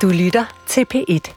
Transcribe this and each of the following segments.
Du lytter til P1.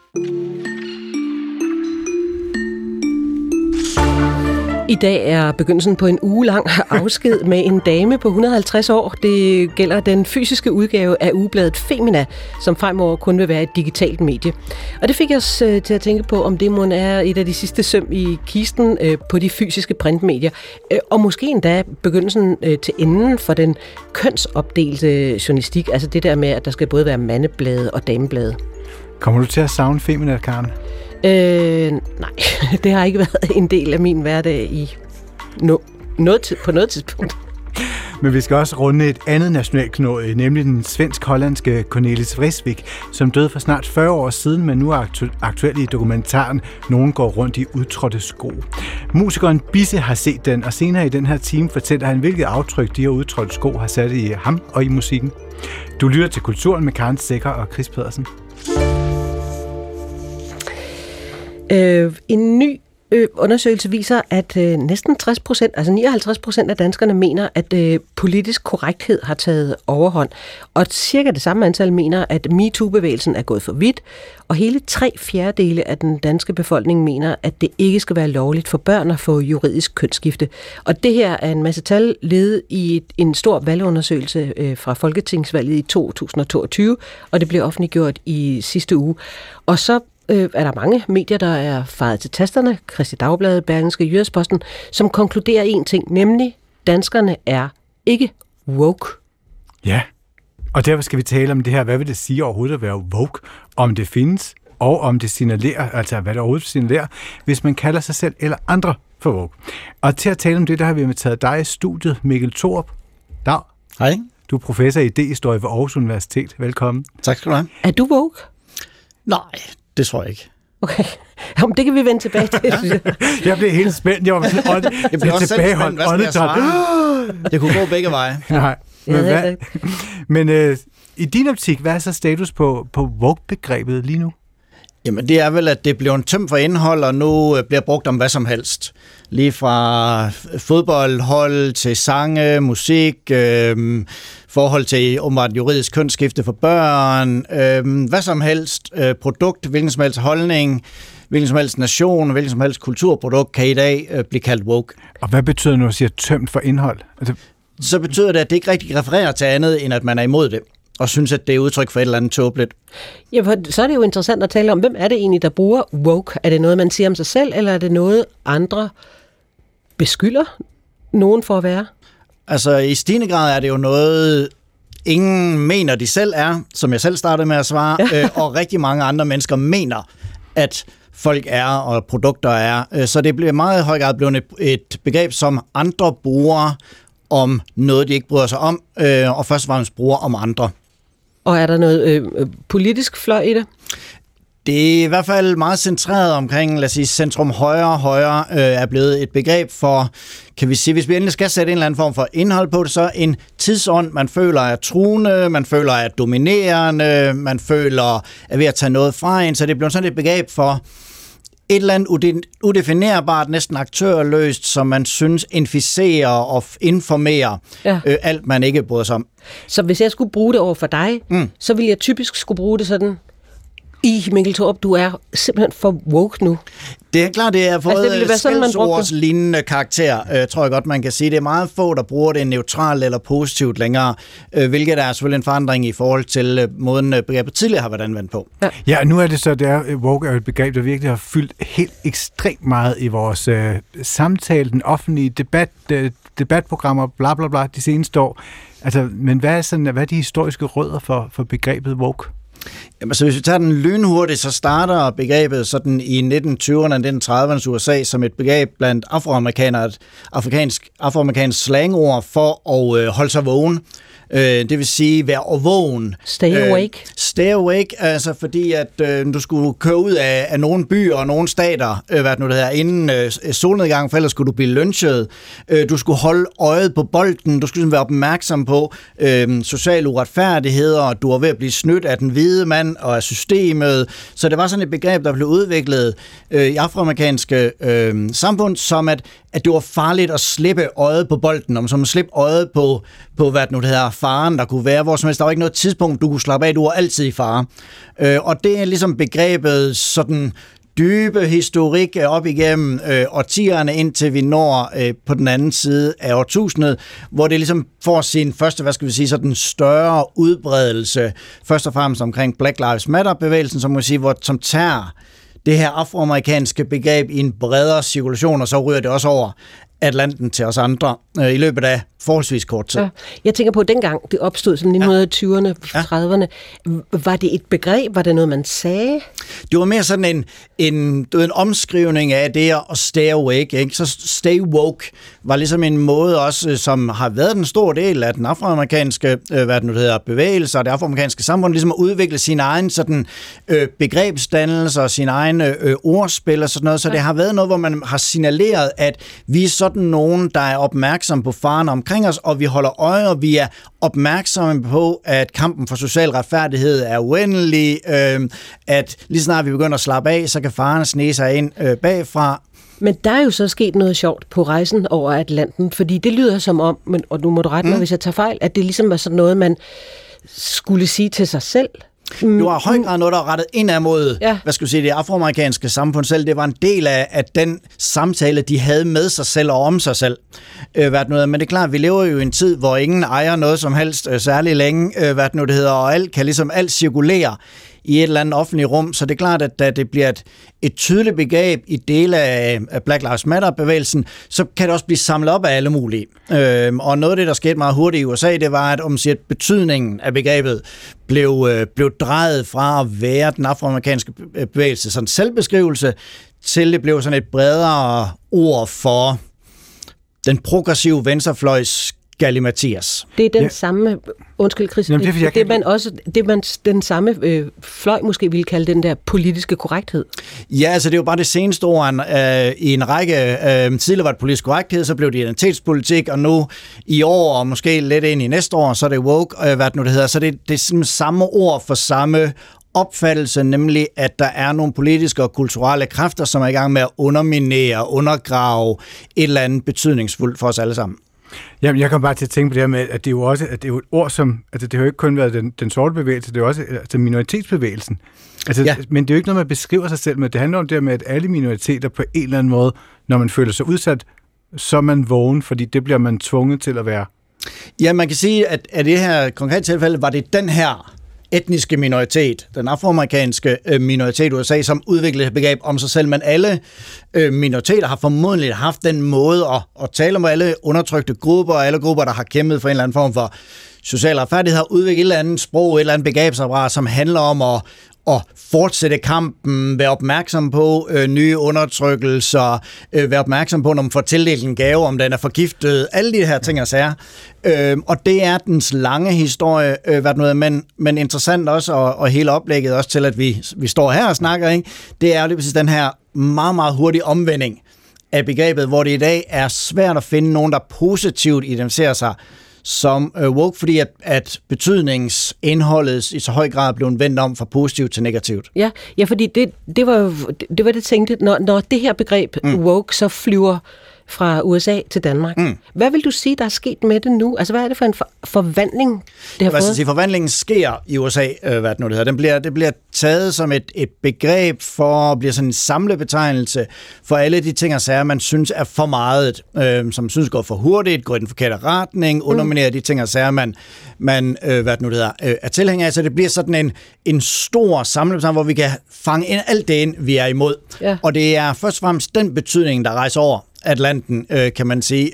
I dag er begyndelsen på en ugelang afsked med en dame på 150 år. Det gælder den fysiske udgave af ugebladet Femina, som fremover kun vil være et digitalt medie. Og det fik os til at tænke på, om det mon er et af de sidste søm i kisten på de fysiske printmedier. Og måske endda begyndelsen til enden for den kønsopdelte journalistik. Altså det der med, at der skal både være mandeblade og dameblade. Kommer du til at savne Femina, Karen? Nej, det har ikke været en del af min hverdag på noget tidspunkt. Men vi skal også runde et andet nationalknode, nemlig den svensk-hollandske Cornelis Vreeswijk, som døde for snart 40 år siden, men nu er aktuel i dokumentaren Nogen går rundt i udtrådte sko. Musikeren Bisse har set den, og senere i den her time fortæller han, hvilket aftryk de her udtrådte sko har sat i ham og i musikken. Du lytter til Kulturen med Karen Secher og Chris Pedersen. En ny undersøgelse viser, at næsten 60%, altså 59% af danskerne mener, at politisk korrekthed har taget overhånd. Og cirka det samme antal mener, at MeToo-bevægelsen er gået for vidt. Og hele 3/4 af den danske befolkning mener, at det ikke skal være lovligt for børn at få juridisk kønsskifte. Og det her er en masse tal ledet i en stor valgundersøgelse fra Folketingsvalget i 2022, og det blev offentliggjort i sidste uge. Og så er der mange medier, der er faret til tasterne, Kristeligt Dagblad, Berlingske, Jyllands-Posten, som konkluderer en ting, nemlig danskerne er ikke woke. Ja, og derfor skal vi tale om det her. Hvad vil det sige overhovedet at være woke? Om det findes, og om det signalerer, altså hvad det overhovedet signalerer, hvis man kalder sig selv eller andre for woke. Og til at tale om det, der har vi inviteret dig i studiet, Mikkel Thorup. Dag. Hej. Du er professor i idéhistorie ved Aarhus Universitet. Velkommen. Tak skal du have. Er du woke? Nej, det tror jeg ikke. Okay, jamen, det kan vi vende tilbage til. Jeg blev helt spændt. Jeg var sådan jeg blev også tilbageholdt. Hvad skal jeg svare? Det kunne gå begge veje. Nej. Men i din optik, hvad er så status på woke-begrebet lige nu? Jamen det er vel, at det bliver en tømt for indhold, og nu bliver brugt om hvad som helst. Lige fra fodboldhold til sange, musik, forhold til åbenbart juridisk kønsskifte for børn, hvad som helst produkt, hvilken som helst holdning, hvilken som helst nation, hvilken som helst kulturprodukt kan i dag blive kaldt woke. Og hvad betyder nu at sige tømt for indhold? Altså så betyder det, at det ikke rigtig refererer til andet, end at man er imod det, og synes, at det er udtryk for et eller andet tåbeligt. Ja, så er det jo interessant at tale om, hvem er det egentlig, der bruger woke? Er det noget, man siger om sig selv, eller er det noget, andre beskylder nogen for at være? Altså, i stigende grad er det jo noget, ingen mener, de selv er, som jeg selv startede med at svare, og rigtig mange andre mennesker mener, at folk er, og produkter er. Så det bliver meget høj grad blevet et begreb, som andre bruger om noget, de ikke bryder sig om, og først og fremmest bruger om andre. Og er der noget politisk fløj i det? Det er i hvert fald meget centreret omkring, lad os sige, centrum højre er blevet et begreb for, kan vi sige, hvis vi endelig skal sætte en eller anden form for indhold på det, så en tidsånd, man føler er truende, man føler er dominerende, man føler er ved at tage noget fra en, så det bliver sådan et begreb for et eller andet udefinerbart, næsten aktørløst, som man synes inficerer og informerer alt, man ikke bryder sig om. Så hvis jeg skulle bruge det over for dig, så ville jeg typisk skulle bruge det sådan, Mikkel Thorup, du er simpelthen for woke nu. Det er klart, det er fået skældsordslignende karakter, tror jeg godt, man kan sige. Det er meget få, der bruger det neutralt eller positivt længere, hvilket er selvfølgelig en forandring i forhold til måden begrebet tidligere har været anvendt på. Ja, nu er det så, woke er et begreb, der virkelig har fyldt helt ekstremt meget i vores samtale, den offentlige debatprogrammer, bla bla bla, de seneste år. Altså, men hvad er de historiske rødder for begrebet woke? Jamen, så hvis vi tager den lynhurtigt, så starter begrebet sådan i 1920'erne og 1930'ernes USA som et begreb blandt afroamerikanere, afroamerikansk slangord for at holde sig vågen. Det vil sige være vågen. Stay awake. Stay awake, altså fordi at du skulle køre ud af nogle byer og nogle stater, inden solnedgang, for ellers skulle du blive lynchet. Du skulle holde øjet på bolden, du skulle være opmærksom på sociale uretfærdigheder, og du var ved at blive snydt af den hvide hvide mand og af systemet. Så det var sådan et begreb, der blev udviklet i afroamerikanske samfund, som at det var farligt at slippe øjet på bolden, som at slippe øjet på hvad det nu hedder, faren, der kunne være hvor som helst. Der var ikke noget tidspunkt, du kunne slappe af, du var altid i fare. Og det er ligesom begrebet sådan dybe historik op igennem årtierne, indtil vi når på den anden side af årtusindet, hvor det ligesom får sin første, sådan større udbredelse, først og fremmest omkring Black Lives Matter-bevægelsen, som tager det her afroamerikanske begreb i en bredere cirkulation, og så ryger det også over Atlanten til os andre i løbet af forholdsvis kort tid. Ja. Jeg tænker på, at dengang det opstod, sådan 1920'erne, 30'erne, var det et begreb? Var det noget, man sagde? Det var mere sådan en omskrivning af det at stay awake. Ikke? Så stay woke var ligesom en måde også, som har været en stor del af den afroamerikanske bevægelse og det afroamerikanske samfund, ligesom at udvikle sin egen sådan, begrebsdannelse og sin egen ordspil og sådan noget. Så det har været noget, hvor man har signaleret, at vi er sådan nogen, der er opmærksom på faren omkring os, og vi holder øje, og vi er opmærksomme på, at kampen for social retfærdighed er uendelig, at lige snart vi begynder at slappe af, så kan faren snige sig ind bagfra. Men der er jo så sket noget sjovt på rejsen over Atlanten, fordi det lyder som om, og nu må du rette mig, hvis jeg tager fejl, at det ligesom var sådan noget, man skulle sige til sig selv. Det var høj grad noget, der var rettet indad mod, det afroamerikanske samfund selv. Det var en del af den samtale, de havde med sig selv og om sig selv. Men det er klart, vi lever jo i en tid, hvor ingen ejer noget som helst særlig længe, og alt kan ligesom alt cirkulere i et eller andet offentligt rum, så det er klart, at da det bliver et tydeligt begreb i dele af Black Lives Matter-bevægelsen, så kan det også blive samlet op af alle mulige. Og noget af det, der skete meget hurtigt i USA, det var, at betydningen af begrebet blev drejet fra at være den afroamerikanske bevægelse, sådan en selvbeskrivelse, til det blev sådan et bredere ord for den progressive venstrefløjs galimatias. Det er den samme, undskyld Chris, den samme fløj måske ville kalde den der politiske korrekthed. Ja, altså det er jo bare det seneste år i en række, tidligere var det politisk korrekthed, så blev det identitetspolitik, og nu i år, og måske lidt ind i næste år, så er det woke, så det er samme ord for samme opfattelse, nemlig at der er nogle politiske og kulturelle kræfter, som er i gang med at underminere, undergrave et eller andet betydningsfuldt for os alle sammen. Jamen, jeg kom bare til at tænke på det her med, at det er jo også et ord, som, altså det har jo ikke kun været den sorte bevægelse, det er jo også minoritetsbevægelsen. Men det er jo ikke noget, man beskriver sig selv med. Det handler om det her med, at alle minoriteter på en eller anden måde, når man føler sig udsat, så er man vågen, fordi det bliver man tvunget til at være. Ja, man kan sige, at i det her konkrete tilfælde, var det den her etniske minoritet, den afroamerikanske minoritet i USA, som udviklede et begreb om sig selv, men alle minoriteter har formodentlig haft den måde at tale om alle undertrykte grupper, og alle grupper, der har kæmpet for en eller anden form for social retfærdighed, har udviklet et eller andet sprog, et eller andet begrebsapparat, som handler om at fortsætte kampen, være opmærksom på nye undertrykkelser, være opmærksom på, når man får tildelt en gave, om den er forgiftet, alle de her ting og sager. Og det er dens lange historie, men interessant også, og hele oplægget også til, at vi står her og snakker, ikke? Det er jo lige præcis den her meget, meget hurtige omvending af begrebet, hvor det i dag er svært at finde nogen, der positivt identificerer sig som woke, fordi at betydningsindholdet i så høj grad er blevet vendt om fra positivt til negativt. Ja, fordi det var det tænkte, når det her begreb woke så flyver fra USA til Danmark. Hvad vil du sige, der er sket med det nu? Altså, hvad er det for en forvandling, det har fået? Forvandlingen sker i USA, Det bliver taget som et begreb for at blive sådan en samlebetegnelse for alle de ting og sager, man synes er for meget, som synes går for hurtigt, går i den forkerte retning, underminerer de ting og sager, man er tilhænger af. Så det bliver sådan en stor samlebetegnelse, hvor vi kan fange ind alt det ind, vi er imod. Ja. Og det er først og fremmest den betydning, der rejser over Atlanten, kan man sige,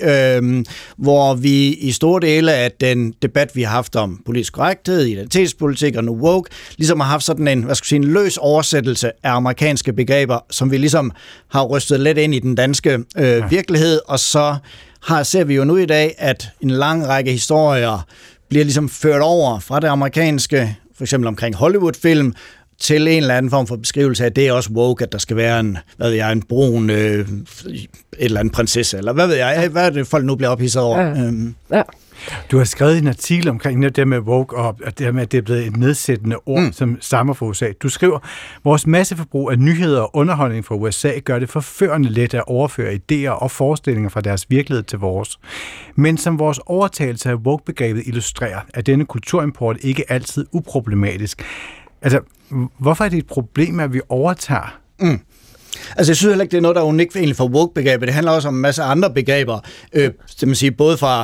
hvor vi i store dele af den debat, vi har haft om politisk korrekthed, identitetspolitik og nu woke, ligesom har haft sådan en løs oversættelse af amerikanske begreber, som vi ligesom har rystet lidt ind i den danske virkelighed, og så ser vi jo nu i dag, at en lang række historier bliver ligesom ført over fra det amerikanske, for eksempel omkring Hollywood-film, til en eller anden form for beskrivelse af, det er også woke, at der skal være en brun et eller andet prinsesse, eller hvad ved jeg, hvad er det, folk nu bliver ophidset over? Ja. Du har skrevet en artikel omkring det med woke, og det med, at det er blevet et nedsættende ord, som stammer fra USA. Du skriver, vores masseforbrug af nyheder og underholdning fra USA gør det forførende let at overføre idéer og forestillinger fra deres virkelighed til vores. Men som vores overtagelse af woke-begrebet illustrerer, er denne kulturimport ikke altid uproblematisk. Altså, hvorfor er det et problem, at vi overtager? Altså, jeg synes heller ikke, det er noget, der er unikt egentlig for woke-begrebet. Det handler også om en masse andre begreber, det vil sige, både fra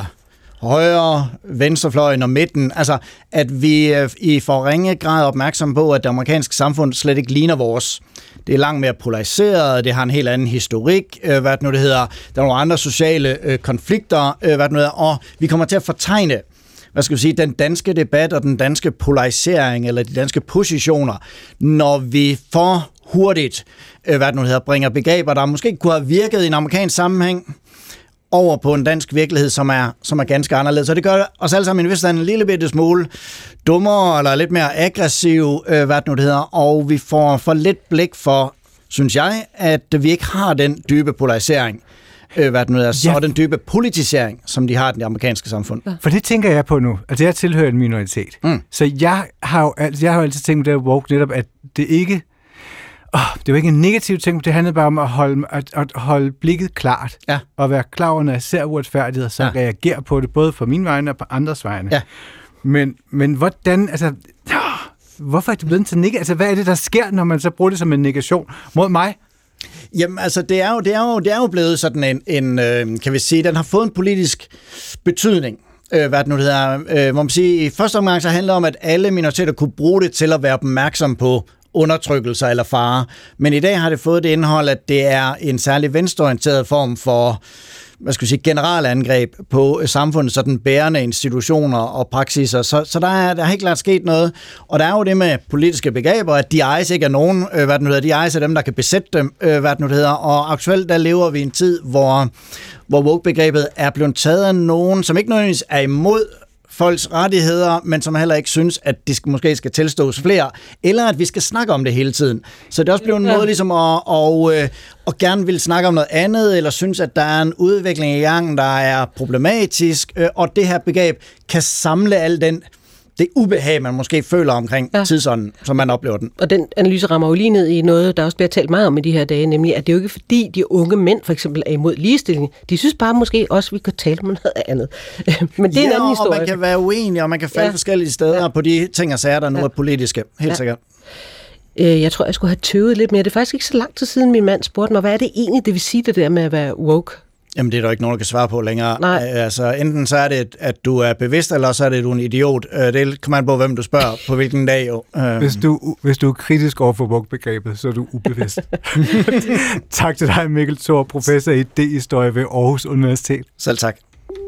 højre, venstrefløjen og midten. Altså, at vi i for ringe grad er opmærksomme på, at det amerikanske samfund slet ikke ligner vores. Det er langt mere polariseret, det har en helt anden historik, hvad det nu det hedder. Der er nogle andre sociale konflikter, hvad det nu hedder, og vi kommer til at fortegne, hvad skal vi sige, den danske debat og den danske polarisering, eller de danske positioner, når vi for hurtigt, hvad det nu hedder, bringer begreber, der måske kunne have virket i en amerikansk sammenhæng, over på en dansk virkelighed, som er ganske anderledes. Så det gør os alle sammen i en vis stand en lille bitte smule dummere, eller lidt mere aggressiv, hvad det nu det hedder, og vi får for lidt blik for, synes jeg, at vi ikke har den dybe polarisering, hvad det nu hedder, så den dybe politisering, som de har i det amerikanske samfund. For det tænker jeg på nu. Altså, jeg tilhører en minoritet. Så jeg har jo altid tænkt på det woke netop, at det ikke... det var ikke en negativ ting, det handlede bare om at holde blikket klart, og være klar over, når jeg ser uretfærdighed, så reagere på det, både på min vegne og på andres vegne. Ja. Men hvordan, altså, hvorfor er det blevet til negativt? Altså, hvad er det, der sker, når man så bruger det som en negation mod mig? Jamen, altså, det er jo blevet sådan en kan vi sige, den har fået en politisk betydning. Hvad det nu hedder, må man sige, i første omgang så handler det om, at alle minoriteter kunne bruge det til at være opmærksom på undertrykkelser eller farer. Men i dag har det fået det indhold, at det er en særlig venstreorienteret form for, hvad skal vi sige, generalangreb på samfundet, sådan bærende institutioner og praksiser. Så der er helt klart sket noget. Og der er jo det med politiske begreber, at de ejes ikke af nogen, hvad det nu hedder, de ejes af dem, der kan besætte dem, hvad det nu hedder. Og aktuelt der lever vi i en tid, hvor woke-begrebet er blevet taget af nogen, som ikke nødvendigvis er imod folks rettigheder, men som heller ikke synes, at de måske skal tilstås flere, eller at vi skal snakke om det hele tiden. Så det er også blevet en måde ligesom at gerne vil snakke om noget andet, eller synes, at der er en udvikling i gang, der er problematisk, og det her begreb kan samle al det ubehag, man måske føler omkring tidsånden, som man oplever den. Og den analyse rammer jo lige ned i noget, der også bliver talt meget om i de her dage, nemlig at det er jo ikke fordi, de unge mænd for eksempel er imod ligestilling. De synes bare måske også, at vi kan tale om noget andet. Men det er en anden historie. Og man kan være uenig, og man kan falde forskellige steder på de ting og sager, der nu er politiske. Helt sikkert. Jeg tror, jeg skulle have tøvet lidt mere. Det er faktisk ikke så lang tid siden, min mand spurgte mig, hvad er det egentlig, det vil sige det der med at være woke? Jamen, det er der ikke nogen, der kan svare på længere. Nej. Altså, enten så er det, at du er bevidst, eller så er det, at du er en idiot. Det kommer an på, hvem du spørger, på hvilken dag jo. Hvis du er kritisk over for woke-begrebet, så er du ubevidst. Tak til dig, Mikkel Thor, professor i idéhistorie ved Aarhus Universitet. Selv tak.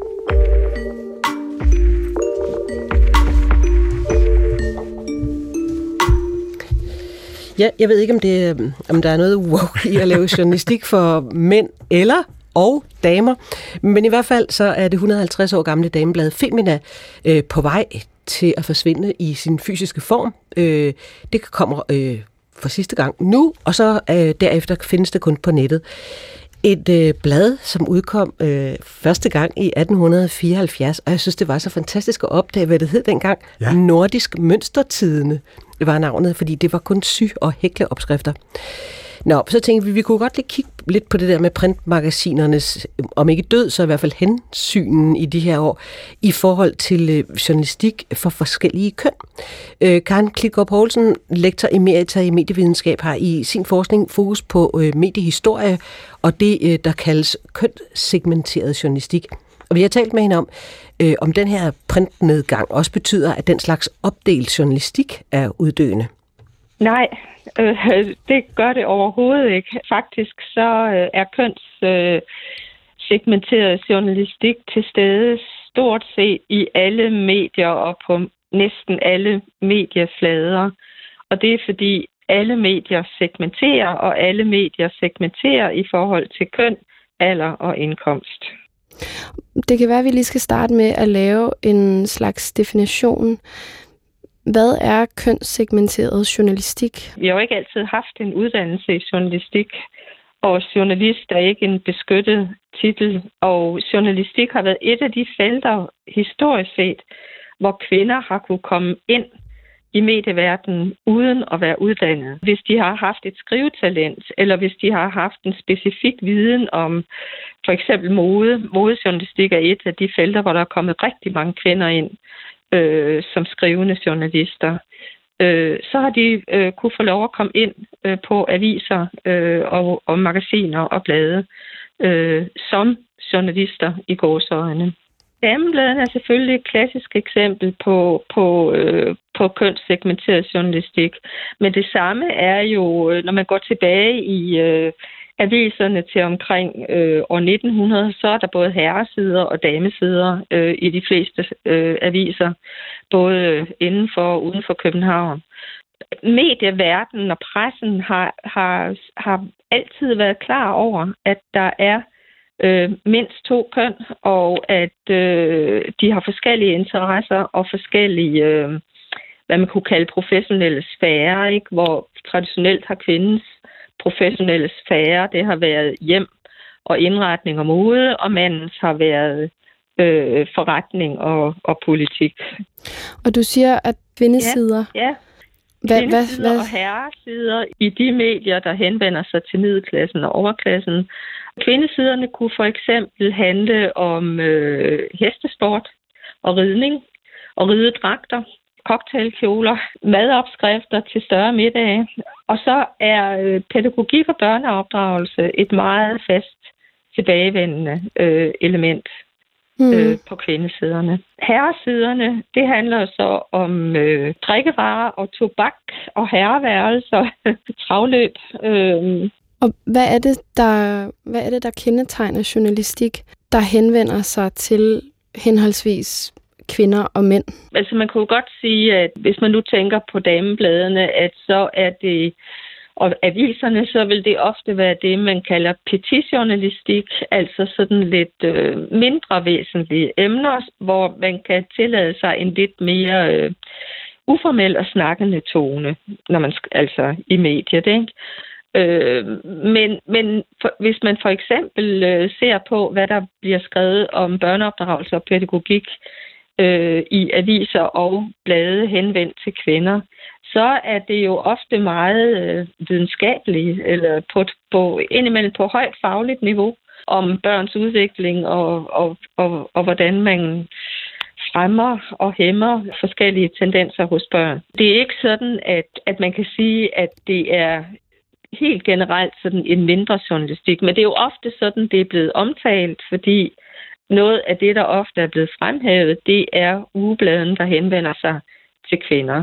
Ja, jeg ved ikke, om der er noget woke i at lave journalistik for mænd og damer. Men i hvert fald så er det 150 år gamle dameblad Femina på vej til at forsvinde i sin fysiske form. Det kommer for sidste gang nu, og så derefter findes det kun på nettet. Et blad, som udkom første gang i 1874, og jeg synes, det var så fantastisk at opdage, hvad det hed dengang. Ja. Nordisk Mønstertidende var navnet, fordi det var kun sy- og hækleopskrifter. Nå, så tænkte vi kunne godt lige kigge lidt på det der med printmagasinernes, om ikke død, så i hvert fald hensynen i de her år, i forhold til journalistik for forskellige køn. Karen Klitgaard Poulsen, lektor emerita i medievidenskab, har i sin forskning fokus på mediehistorie og det, der kaldes kønssegmenteret journalistik. Og vi har talt med hende om den her printnedgang også betyder, at den slags opdelt journalistik er uddøende. Nej, det gør det overhovedet ikke. Faktisk så er kønssegmenteret journalistik til stede stort set i alle medier og på næsten alle medieflader. Og det er fordi alle medier segmenterer, og alle medier segmenterer i forhold til køn, alder og indkomst. Det kan være, at vi lige skal starte med at lave en slags definition. Hvad er kønssegmenteret journalistik? Vi har jo ikke altid haft en uddannelse i journalistik, Og journalist er ikke en beskyttet titel, og journalistik har været et af de felter historisk set, hvor kvinder har kunne komme ind i medieverdenen uden at være uddannet. Hvis de har haft et skrivetalent, eller hvis de har haft en specifik viden om for eksempel mode. Modejournalistik er et af de felter, hvor der er kommet rigtig mange kvinder ind som skrivende journalister. Så har de kunne få lov at komme ind på aviser og magasiner og blade som journalister i gåseøjne. Damebladene er selvfølgelig et klassisk eksempel på kønssegmenteret journalistik. Men det samme er jo, når man går tilbage i aviserne til omkring år 1900, så er der både herresider og damesider i de fleste aviser, både inden for og uden for København. Medieverdenen og pressen har altid været klar over, at der er mindst 2 køn, og at de har forskellige interesser og forskellige, hvad man kunne kalde professionelle sfærer, ikke? Hvor traditionelt har kvindens professionelle sfære, det har været hjem og indretning og mode, og mandens har været forretning og politik. Og du siger, at kvindesider... Ja. Kvindesider og herresider i de medier, der henvender sig til middelklassen og overklassen. Kvindesiderne kunne for eksempel handle om hestesport og ridning og ridedragter, cocktailkjoler, madopskrifter til større middage. Og så er pædagogik og børneopdragelse et meget fast tilbagevendende element på kvindesiderne. Herresiderne, det handler så om drikkevarer og tobak og herreværelser, travløb. Og hvad er det, der kendetegner journalistik, der henvender sig til henholdsvis kvinder og mænd? Altså man kunne godt sige, at hvis man nu tænker på damebladene, at så er det, og aviserne, så vil det ofte være det, man kalder petitjournalistik, altså sådan lidt mindre væsentlige emner, hvor man kan tillade sig en lidt mere uformel og snakkende tone, når man altså i mediet, ikke? Men hvis man for eksempel ser på, hvad der bliver skrevet om børneopdragelse og pædagogik i aviser og blade henvendt til kvinder, så er det jo ofte meget videnskabeligt, eller indimellem på højt fagligt niveau, om børns udvikling og hvordan man fremmer og hæmmer forskellige tendenser hos børn. Det er ikke sådan, at man kan sige, at det er helt generelt sådan en mindre journalistik, men det er jo ofte sådan, det er blevet omtalt, fordi noget af det, der ofte er blevet fremhævet, det er ugebladene, der henvender sig til kvinder.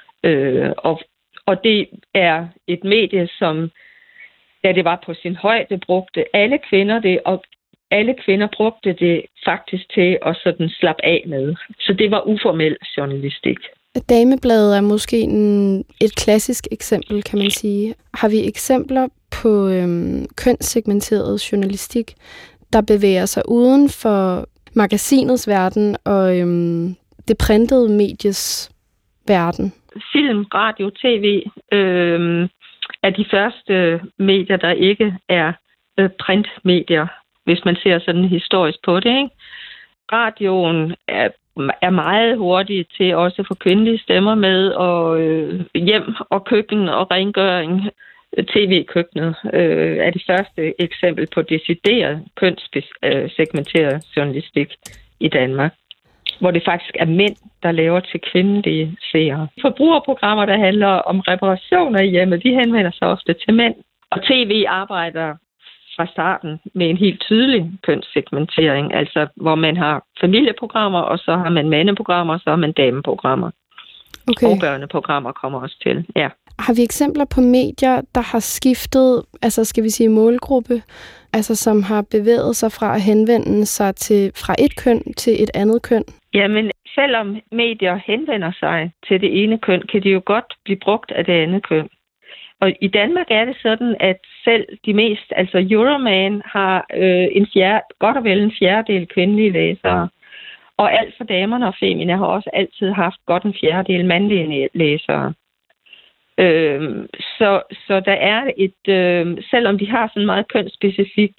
Og det er et medie, som, da det var på sin højde, brugte alle kvinder det, og alle kvinder brugte det faktisk til at sådan slappe af med. Så det var uformel journalistik. Damebladet er måske et klassisk eksempel, kan man sige. Har vi eksempler på kønssegmenteret journalistik, der bevæger sig uden for magasinets verden og det printede medies verden? Film, radio, tv er de første medier, der ikke er printmedier, hvis man ser sådan historisk på det, ikke? Radioen er meget hurtig til også at få kvindelige stemmer med, og hjem og køkken og rengøring. TV-køkkenet er det første eksempel på decideret kønssegmenteret journalistik i Danmark, hvor det faktisk er mænd, der laver til kvindelige seere. Forbrugerprogrammer, der handler om reparationer i hjemmet, de henvender sig ofte til mænd, og tv arbejder fra starten med en helt tydelig kønssegmentering, altså hvor man har familieprogrammer, og så har man mandeprogrammer, og så har man dameprogrammer. Okay. Og børneprogrammer kommer også til, ja. Har vi eksempler på medier, der har skiftet, altså skal vi sige målgruppe, altså som har bevæget sig fra at henvende sig fra et køn til et andet køn? Jamen, selvom medier henvender sig til det ene køn, kan de jo godt blive brugt af det andet køn. Og i Danmark er det sådan, at selv de mest, altså Euroman har godt og vel en fjerdedel kvindelige læsere. Og alt for damerne og Femina har også altid haft godt en fjerdedel mandlige læsere. Så der er selvom de har sådan en meget kønsspecifik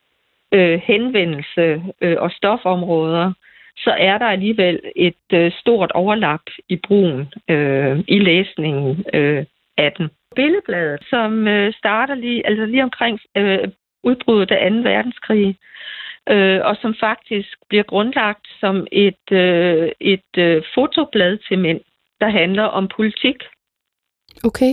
henvendelse og stofområder, så er der alligevel et stort overlap i brugen, i læsningen af den. Billedbladet, som starter lige omkring udbruddet af 2. verdenskrig, og som faktisk bliver grundlagt som et fotoblad til mænd, der handler om politik. Okay.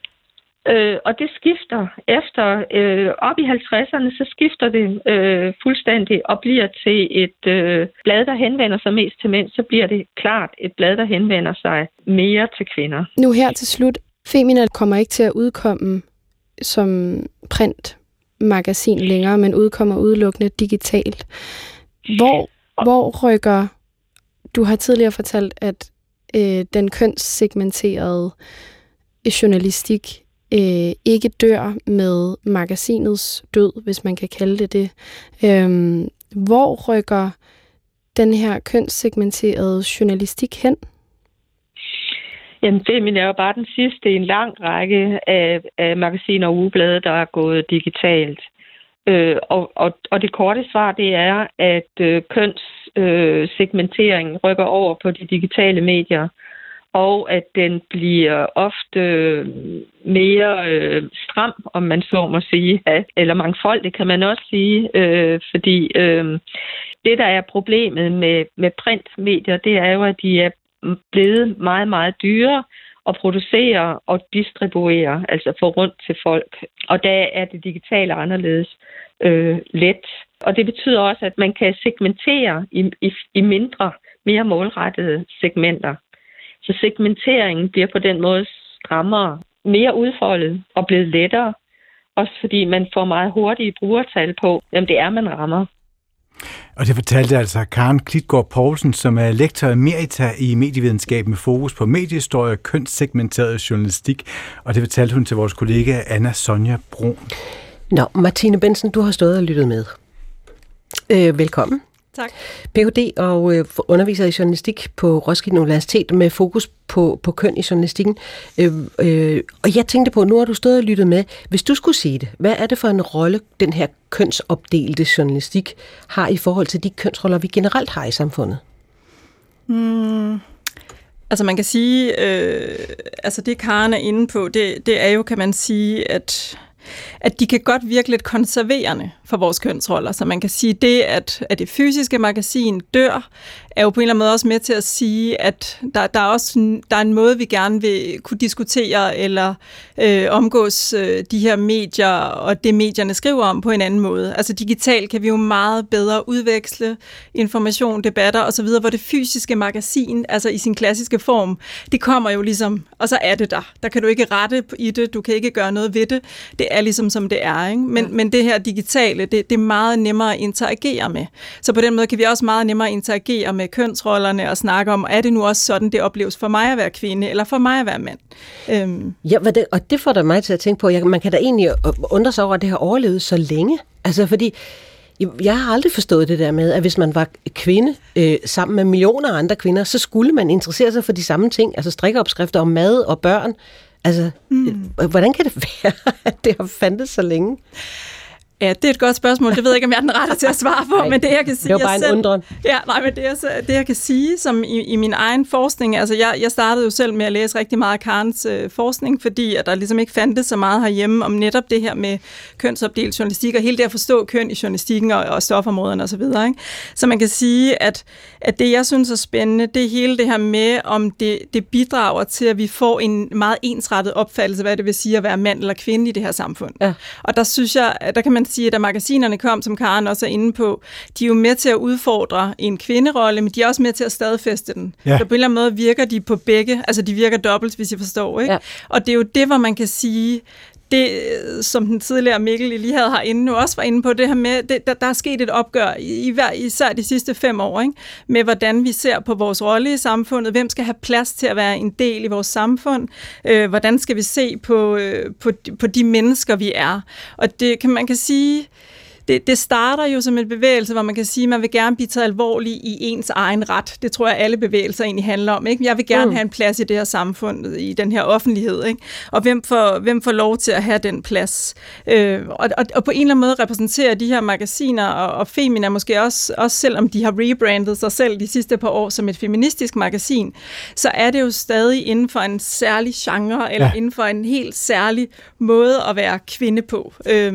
Og det skifter efter, op i 50'erne, så skifter det fuldstændig og bliver til et blad, der henvender sig mest til mænd. Så bliver det klart et blad, der henvender sig mere til kvinder. Nu her til slut, Femina kommer ikke til at udkomme som printmagasin længere, men udkommer udelukkende digitalt. Hvor rykker, du har tidligere fortalt, at den kønssegmenterede journalistik ikke dør med magasinets død, hvis man kan kalde det det. Hvor rykker den her kønssegmenterede journalistik hen? Jamen, det er jo bare den sidste i en lang række af magasiner og ugeblade, der er gået digitalt. Og det korte svar, det er, at kønssegmenteringen rykker over på de digitale medier, og at den bliver ofte mere stram, om man så må sige, eller mangfoldig, kan man også sige, fordi det, der er problemet med printmedier, det er jo, at de er blevet meget, meget dyre at producere og distribuere, altså få rundt til folk. Og der er det digitale anderledes let. Og det betyder også, at man kan segmentere i mindre, mere målrettede segmenter. Så segmenteringen bliver på den måde strammere, mere udfoldet og blevet lettere. Også fordi man får meget hurtige brugertal på, hvem det er, man rammer. Og det fortalte altså Karen Klitgaard Poulsen, som er lektor emerita i medievidenskab med fokus på mediehistorie og kønssegmenteret journalistik. Og det fortalte hun til vores kollega Anna Sonja Brun. Nå, Martine Bentzen, du har stået og lyttet med. Velkommen. Tak. Ph.D. og underviser i journalistik på Roskilde Universitet med fokus på køn i journalistikken. Og jeg tænkte på, nu har du stået og lyttet med. Hvis du skulle sige det, hvad er det for en rolle, den her kønsopdelte journalistik har i forhold til de kønsroller, vi generelt har i samfundet? Altså man kan sige, altså det Karen er inde på, det er jo, kan man sige, at de kan godt virke lidt konserverende for vores kønsroller. Så man kan sige, det, at det fysiske magasin dør, er jo på en eller anden måde også med til at sige, at der er en måde, vi gerne vil kunne diskutere eller omgås de her medier og det, medierne skriver om på en anden måde. Altså digitalt kan vi jo meget bedre udveksle information, debatter osv., hvor det fysiske magasin, altså i sin klassiske form, det kommer jo ligesom, og så er det der. Der kan du ikke rette i det, du kan ikke gøre noget ved det. Det er ligesom, som det er, ikke? Men det her digitale, det er meget nemmere at interagere med. Så på den måde kan vi også meget nemmere interagere med kønsrollerne og snakke om, er det nu også sådan, det opleves for mig at være kvinde, eller for mig at være mand? Ja, og det får da mig til at tænke på, man kan da egentlig undre sig over, at det har overlevet så længe. Altså, fordi jeg har aldrig forstået det der med, at hvis man var kvinde sammen med millioner af andre kvinder, så skulle man interessere sig for de samme ting, altså strikkeopskrifter om mad og børn. Altså, hvordan kan det være, at det har fandtes så længe? Ja, det er et godt spørgsmål. Det ved jeg ikke, om jeg er den rette til at svare på, men det jeg kan sige... Det var bare en undren. Ja, nej, men det jeg kan sige, som i min egen forskning, altså jeg startede jo selv med at læse rigtig meget af Karens forskning, fordi at der ligesom ikke fandtes så meget herhjemme om netop det her med kønsopdelt journalistik, og hele det at forstå køn i journalistikken og stofområderne osv. Ikke? Så man kan sige, at det, jeg synes er spændende, det er hele det her med, om det bidrager til, at vi får en meget ensrettet opfattelse, hvad det vil sige at være mand eller kvinde i det her samfund. Ja. Og der synes jeg, der kan man sige, at da magasinerne kom, som Karen også er inde på, de er jo med til at udfordre en kvinderolle, men de er også med til at stadfæste den. Ja. Så på en eller anden måde virker de på begge, altså de virker dobbelt, hvis I forstår, ikke? Ja. Og det er jo det, hvor man kan sige, det, som den tidligere Mikkel lige havde herinde nu også var inde på, det her med, der er sket et opgør, især de sidste 5 år, ikke? Med hvordan vi ser på vores rolle i samfundet, hvem skal have plads til at være en del i vores samfund, hvordan skal vi se på de mennesker, vi er. Og det kan man kan sige, det starter jo som en bevægelse, hvor man kan sige, at man vil gerne blive taget alvorligt i ens egen ret. Det tror jeg, alle bevægelser egentlig handler om. Ikke? Jeg vil gerne have en plads i det her samfund, i den her offentlighed. Ikke? Og hvem får lov til at have den plads? Og på en eller anden måde repræsenterer de her magasiner og Femina måske også selvom de har rebrandet sig selv de sidste par år som et feministisk magasin, så er det jo stadig inden for en særlig genre, eller inden for en helt særlig måde at være kvinde på.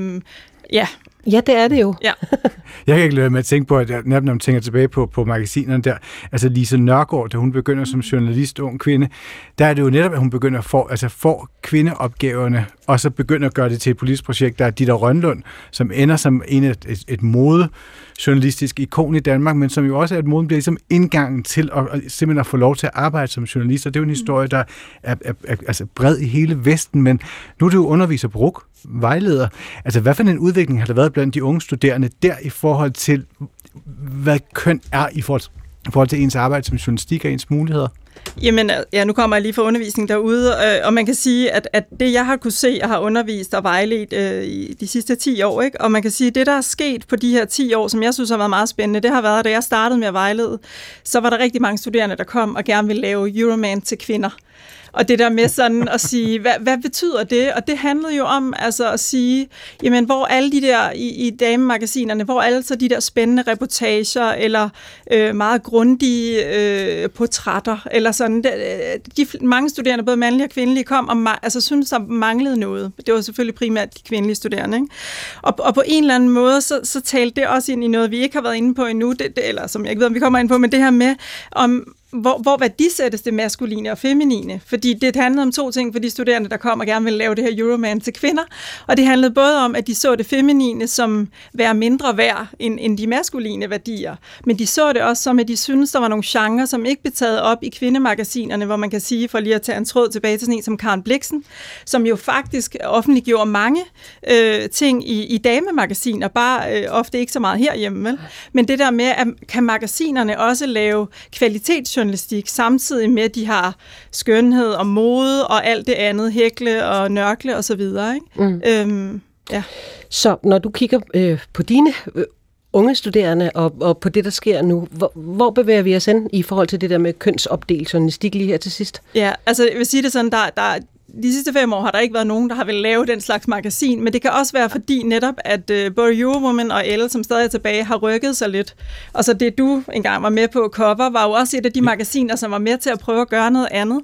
Ja, det er det jo. Ja. Jeg kan ikke lade med at tænke på, at når man tænker tilbage på magasinerne der, altså Lise Nørgaard, da hun begynder som journalist, ung kvinde, der er det jo netop, at hun begynder at få kvindeopgaverne, og så begynder at gøre det til et politisk projekt, der er Ditte Rønlund, som ender som et modejournalistisk ikon i Danmark, men som jo også er et mode, bliver ligesom indgangen til at simpelthen at få lov til at arbejde som journalist, og det er jo en historie, der er altså bred i hele Vesten, men nu er det jo underviser på RUC, vejleder. Altså, hvad for en udvikling har der været blandt de unge studerende der i forhold til, hvad køn er i forhold til ens arbejde som journalistik og ens muligheder? Jamen, ja, nu kommer jeg lige fra undervisning derude, og man kan sige, at det, jeg har kunne se og har undervist og vejledt i de sidste 10 år, ikke? Og man kan sige, at det, der er sket på de her 10 år, som jeg synes har været meget spændende, det har været, da jeg startede med at vejlede, så var der rigtig mange studerende, der kom og gerne ville lave Euroman til kvinder. Og det der med sådan at sige, hvad betyder det? Og det handlede jo om altså at sige, jamen hvor alle de der i damemagasinerne, hvor alle så de der spændende reportager eller meget grundige portrætter eller sådan. De mange studerende, både mandlige og kvindelige, kom og altså syntes der manglede noget. Det var selvfølgelig primært de kvindelige studerende, ikke? Og på en eller anden måde så talte det også ind i noget, vi ikke har været inde på endnu, eller som jeg ikke ved om vi kommer ind på, men det her med om hvor værdisættes det maskuline og feminine? Fordi det handlede om 2 ting for de studerende, der kom og gerne ville lave det her Euroman til kvinder. Og det handlede både om, at de så det feminine som være mindre værd end de maskuline værdier. Men de så det også som, at de syntes, der var nogle genrer, som ikke blev taget op i kvindemagasinerne, hvor man kan sige, for lige at tage en tråd tilbage til sådan en som Karen Blixen, som jo faktisk offentliggjorde mange ting i damemagasiner, bare ofte ikke så meget herhjemme. Vel? Men det der med, at kan magasinerne også lave kvalitetsjournalistik, samtidig med, at de har skønhed og mode og alt det andet, hækle og nørkle og så videre. Ikke? Ja. Så når du kigger på dine unge studerende og på det, der sker nu, hvor bevæger vi os hen i forhold til det der med kønsopdelt journalistik lige her til sidst? Ja, altså jeg vil sige det sådan, der de sidste 5 år har der ikke været nogen, der har vel lave den slags magasin, men det kan også være fordi netop, at både Eurowoman og Elle, som stadig er tilbage, har rykket sig lidt. Og så det, du engang var med på cover, var jo også et af de magasiner, som var med til at prøve at gøre noget andet.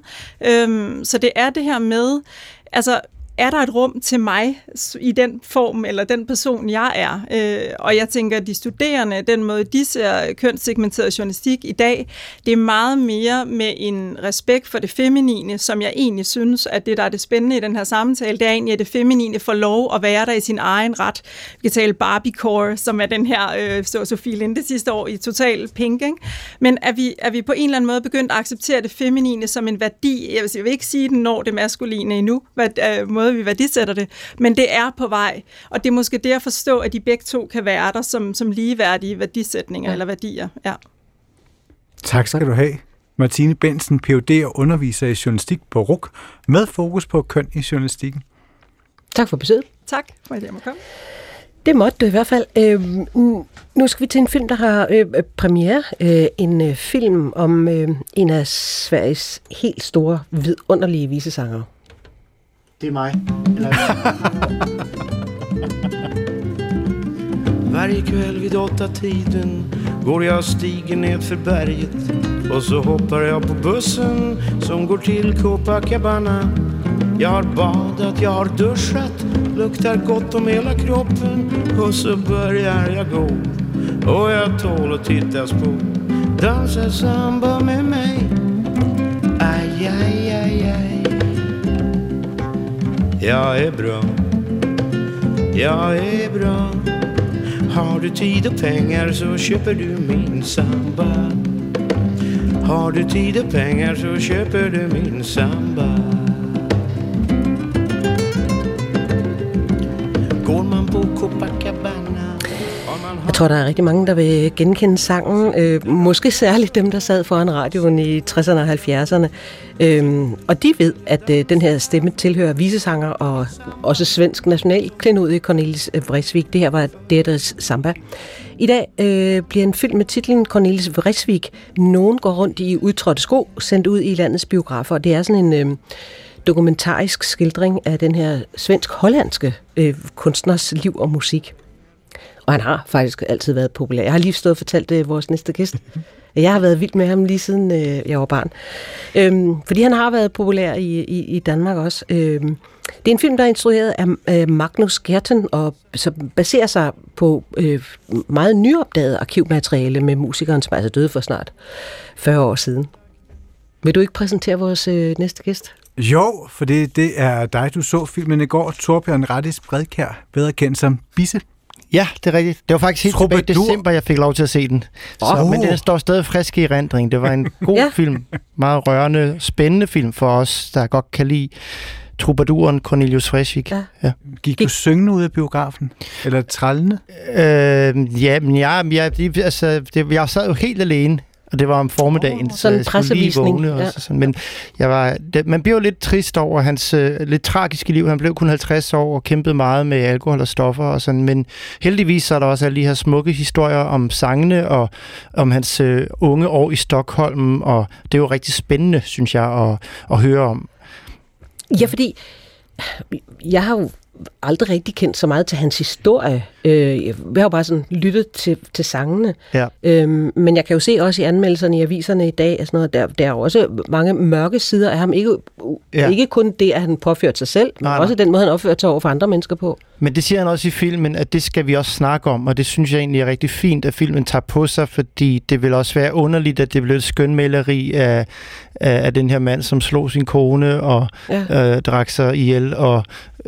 Så det er det her med, altså er der et rum til mig i den form eller den person, jeg er? Og jeg tænker, at de studerende, den måde, de ser kønssegmenteret journalistik i dag, det er meget mere med en respekt for det feminine, som jeg egentlig synes, at det, der er det spændende i den her samtale, det er egentlig, at det feminine får lov at være der i sin egen ret. Vi kan tale Barbiecore, som er den her, så Sofie Linde sidste år i Total Pink, ikke? Men er vi på en eller anden måde begyndt at acceptere det feminine som en værdi? Jeg vil ikke sige, den når det maskuline endnu, måde vi værdisætter det, men det er på vej, og det er måske det at forstå, at de begge to kan være der som ligeværdige værdisætninger eller værdier. Ja. Tak skal du have. Martine Bentzen, Ph.D. og underviser i journalistik på RUC, med fokus på køn i journalistikken. Tak for besøget. Tak for at jeg må komme. Det måtte du i hvert fald. Nu skal vi til en film, der har premiere. En film om en af Sveriges helt store, vidunderlige visesangere. Det är mig. Varje kväll vid 8-tiden går jag stigen ned för berget och så hoppar jag på bussen som går till Copacabana. Jag har badat, jag har duschat, luktar gott om hela kroppen och så börjar jag gå och jag tål att tittas på. Dansa samba med mig. Aj, aj, aj, aj. Jag är bra, jag är bra. Har du tid och pengar så köper du min samba. Har du tid och pengar så köper du min samba. Går man på Copacabana. Jeg tror, der er rigtig mange, der vil genkende sangen. Måske særligt dem, der sad foran radioen i 60'erne og 70'erne. Og de ved, at den her stemme tilhører visesanger og også svensk nationalklenod Cornelis Vreeswijk. Det her var Deirdres Samba. I dag bliver en film med titlen Cornelis Vreeswijk. Nogen går rundt i udtrådte sko, sendt ud i landets biografer. Det er sådan en dokumentarisk skildring af den her svensk-hollandske kunstners liv og musik. Og han har faktisk altid været populær. Jeg har lige stået og fortalt vores næste gæst. Jeg har været vild med ham lige siden jeg var barn. Fordi han har været populær i Danmark også. Det er en film, der er instrueret af Magnus Gerten, og som baserer sig på meget nyopdaget arkivmateriale med musikeren, som altså døde for snart 40 år siden. Vil du ikke præsentere vores næste gæst? Jo, for det er dig, du så filmen i går. Torbjørn Rattis Bredkjær, bedre kendt som Bisse. Ja, det er rigtigt. Det var faktisk helt tilbage i december, jeg fik lov til at se den. Men den står stadig frisk i erindring. Det var en god film. Meget rørende, spændende film for os, der godt kan lide troubaduren Cornelis Vreeswijk. Ja. Gik du syngende ud af biografen? Eller trallende? Jeg sad jo helt alene. Og det var om formiddagen, så jeg skulle lige vågne. Ja. Men man bliver jo lidt trist over hans lidt tragiske liv. Han blev kun 50 år og kæmpede meget med alkohol og stoffer og sådan. Men heldigvis så er der også alle de her smukke historier om sangene og om hans unge år i Stockholm. Og det er jo rigtig spændende, synes jeg, at høre om. Ja, fordi jeg har jo aldrig rigtig kendt så meget til hans historie. Jeg har jo bare sådan lyttet til sangene. Ja. Men jeg kan jo se også i anmeldelserne i aviserne i dag, sådan noget, der er også mange mørke sider af ham. Ikke kun det, at han påførte sig selv, men også den måde, han opførte sig over for andre mennesker på. Men det siger han også i filmen, at det skal vi også snakke om, og det synes jeg egentlig er rigtig fint, at filmen tager på sig, fordi det vil også være underligt, at det blev et skønmaleri af den her mand, som slog sin kone og drak sig ihjel, og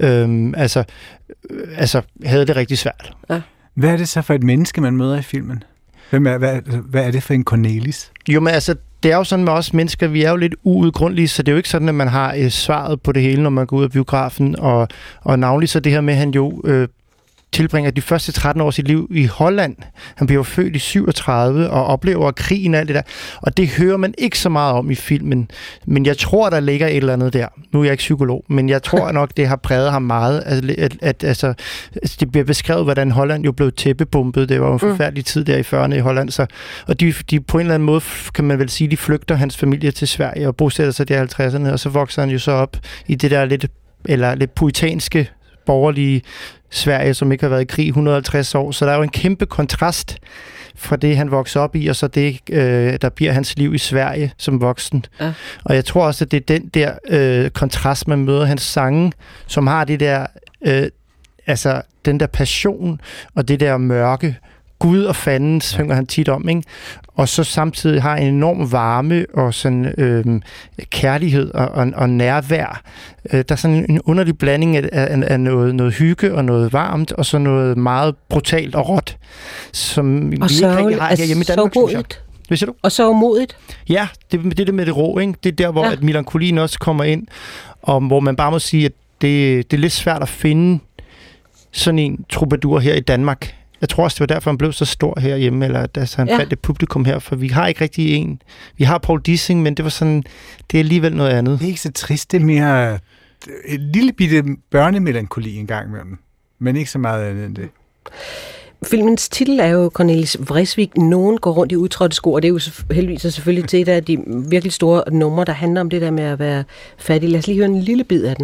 havde det rigtig svært. Ja. Hvad er det så for et menneske, man møder i filmen? Hvad er det for en Cornelis? Jo, men det er jo sådan med os mennesker, vi er jo lidt uudgrundlige, så det er jo ikke sådan, at man har svaret på det hele, når man går ud af biografen, og navnlig så det her med, at han jo tilbringer de første 13 år af sit liv i Holland. Han bliver født i 37 og oplever krigen og alt det der. Og det hører man ikke så meget om i filmen. Men jeg tror, der ligger et eller andet der. Nu er jeg ikke psykolog, men jeg tror nok, det har præget ham meget. Altså, det bliver beskrevet, hvordan Holland jo blev tæppebumpet. Det var jo en forfærdelig tid der i 40'erne i Holland. Så, og de på en eller anden måde, kan man vel sige, de flygter hans familie til Sverige og bosætter sig der i 50'erne. Og så vokser han jo så op i det der lidt puritanske, borgerlige Sverige, som ikke har været i krig 150 år. Så der er jo en kæmpe kontrast fra det, han vokser op i, og så det, der bliver hans liv i Sverige som voksen. Ja. Og jeg tror også, at det er den der kontrast, man møder hans sange, som har det der, den der passion og det der mørke. Gud og fanden synger han tit om, ikke? Og så samtidig har en enorm varme og sådan kærlighed og nærvær. Der er sådan en underlig blanding af noget hygge og noget varmt, og så noget meget brutalt og råt, som vi ikke har her hjemme i Danmark, synes jeg. Hvad siger du? Og så modigt. Ja, det med det rå, ikke? Det er der, hvor at melankolien også kommer ind, og hvor man bare må sige, at det er lidt svært at finde sådan en troubadour her i Danmark. Jeg tror også, det var derfor, han blev så stor herhjemme, eller at han fandt et publikum her, for vi har ikke rigtig en. Vi har Paul Dissing, men det var sådan, det er alligevel noget andet. Det er ikke så trist, det er mere et lille bitte børnemelankoli en gang imellem, men ikke så meget andet end det. Filmens titel er jo Cornelis Vreeswijk. Nogen går rundt i udtrådte sko, og det er jo heldigvis selvfølgelig til et af de virkelig store numre, der handler om det der med at være fattig. Lad os lige høre en lille bid af den.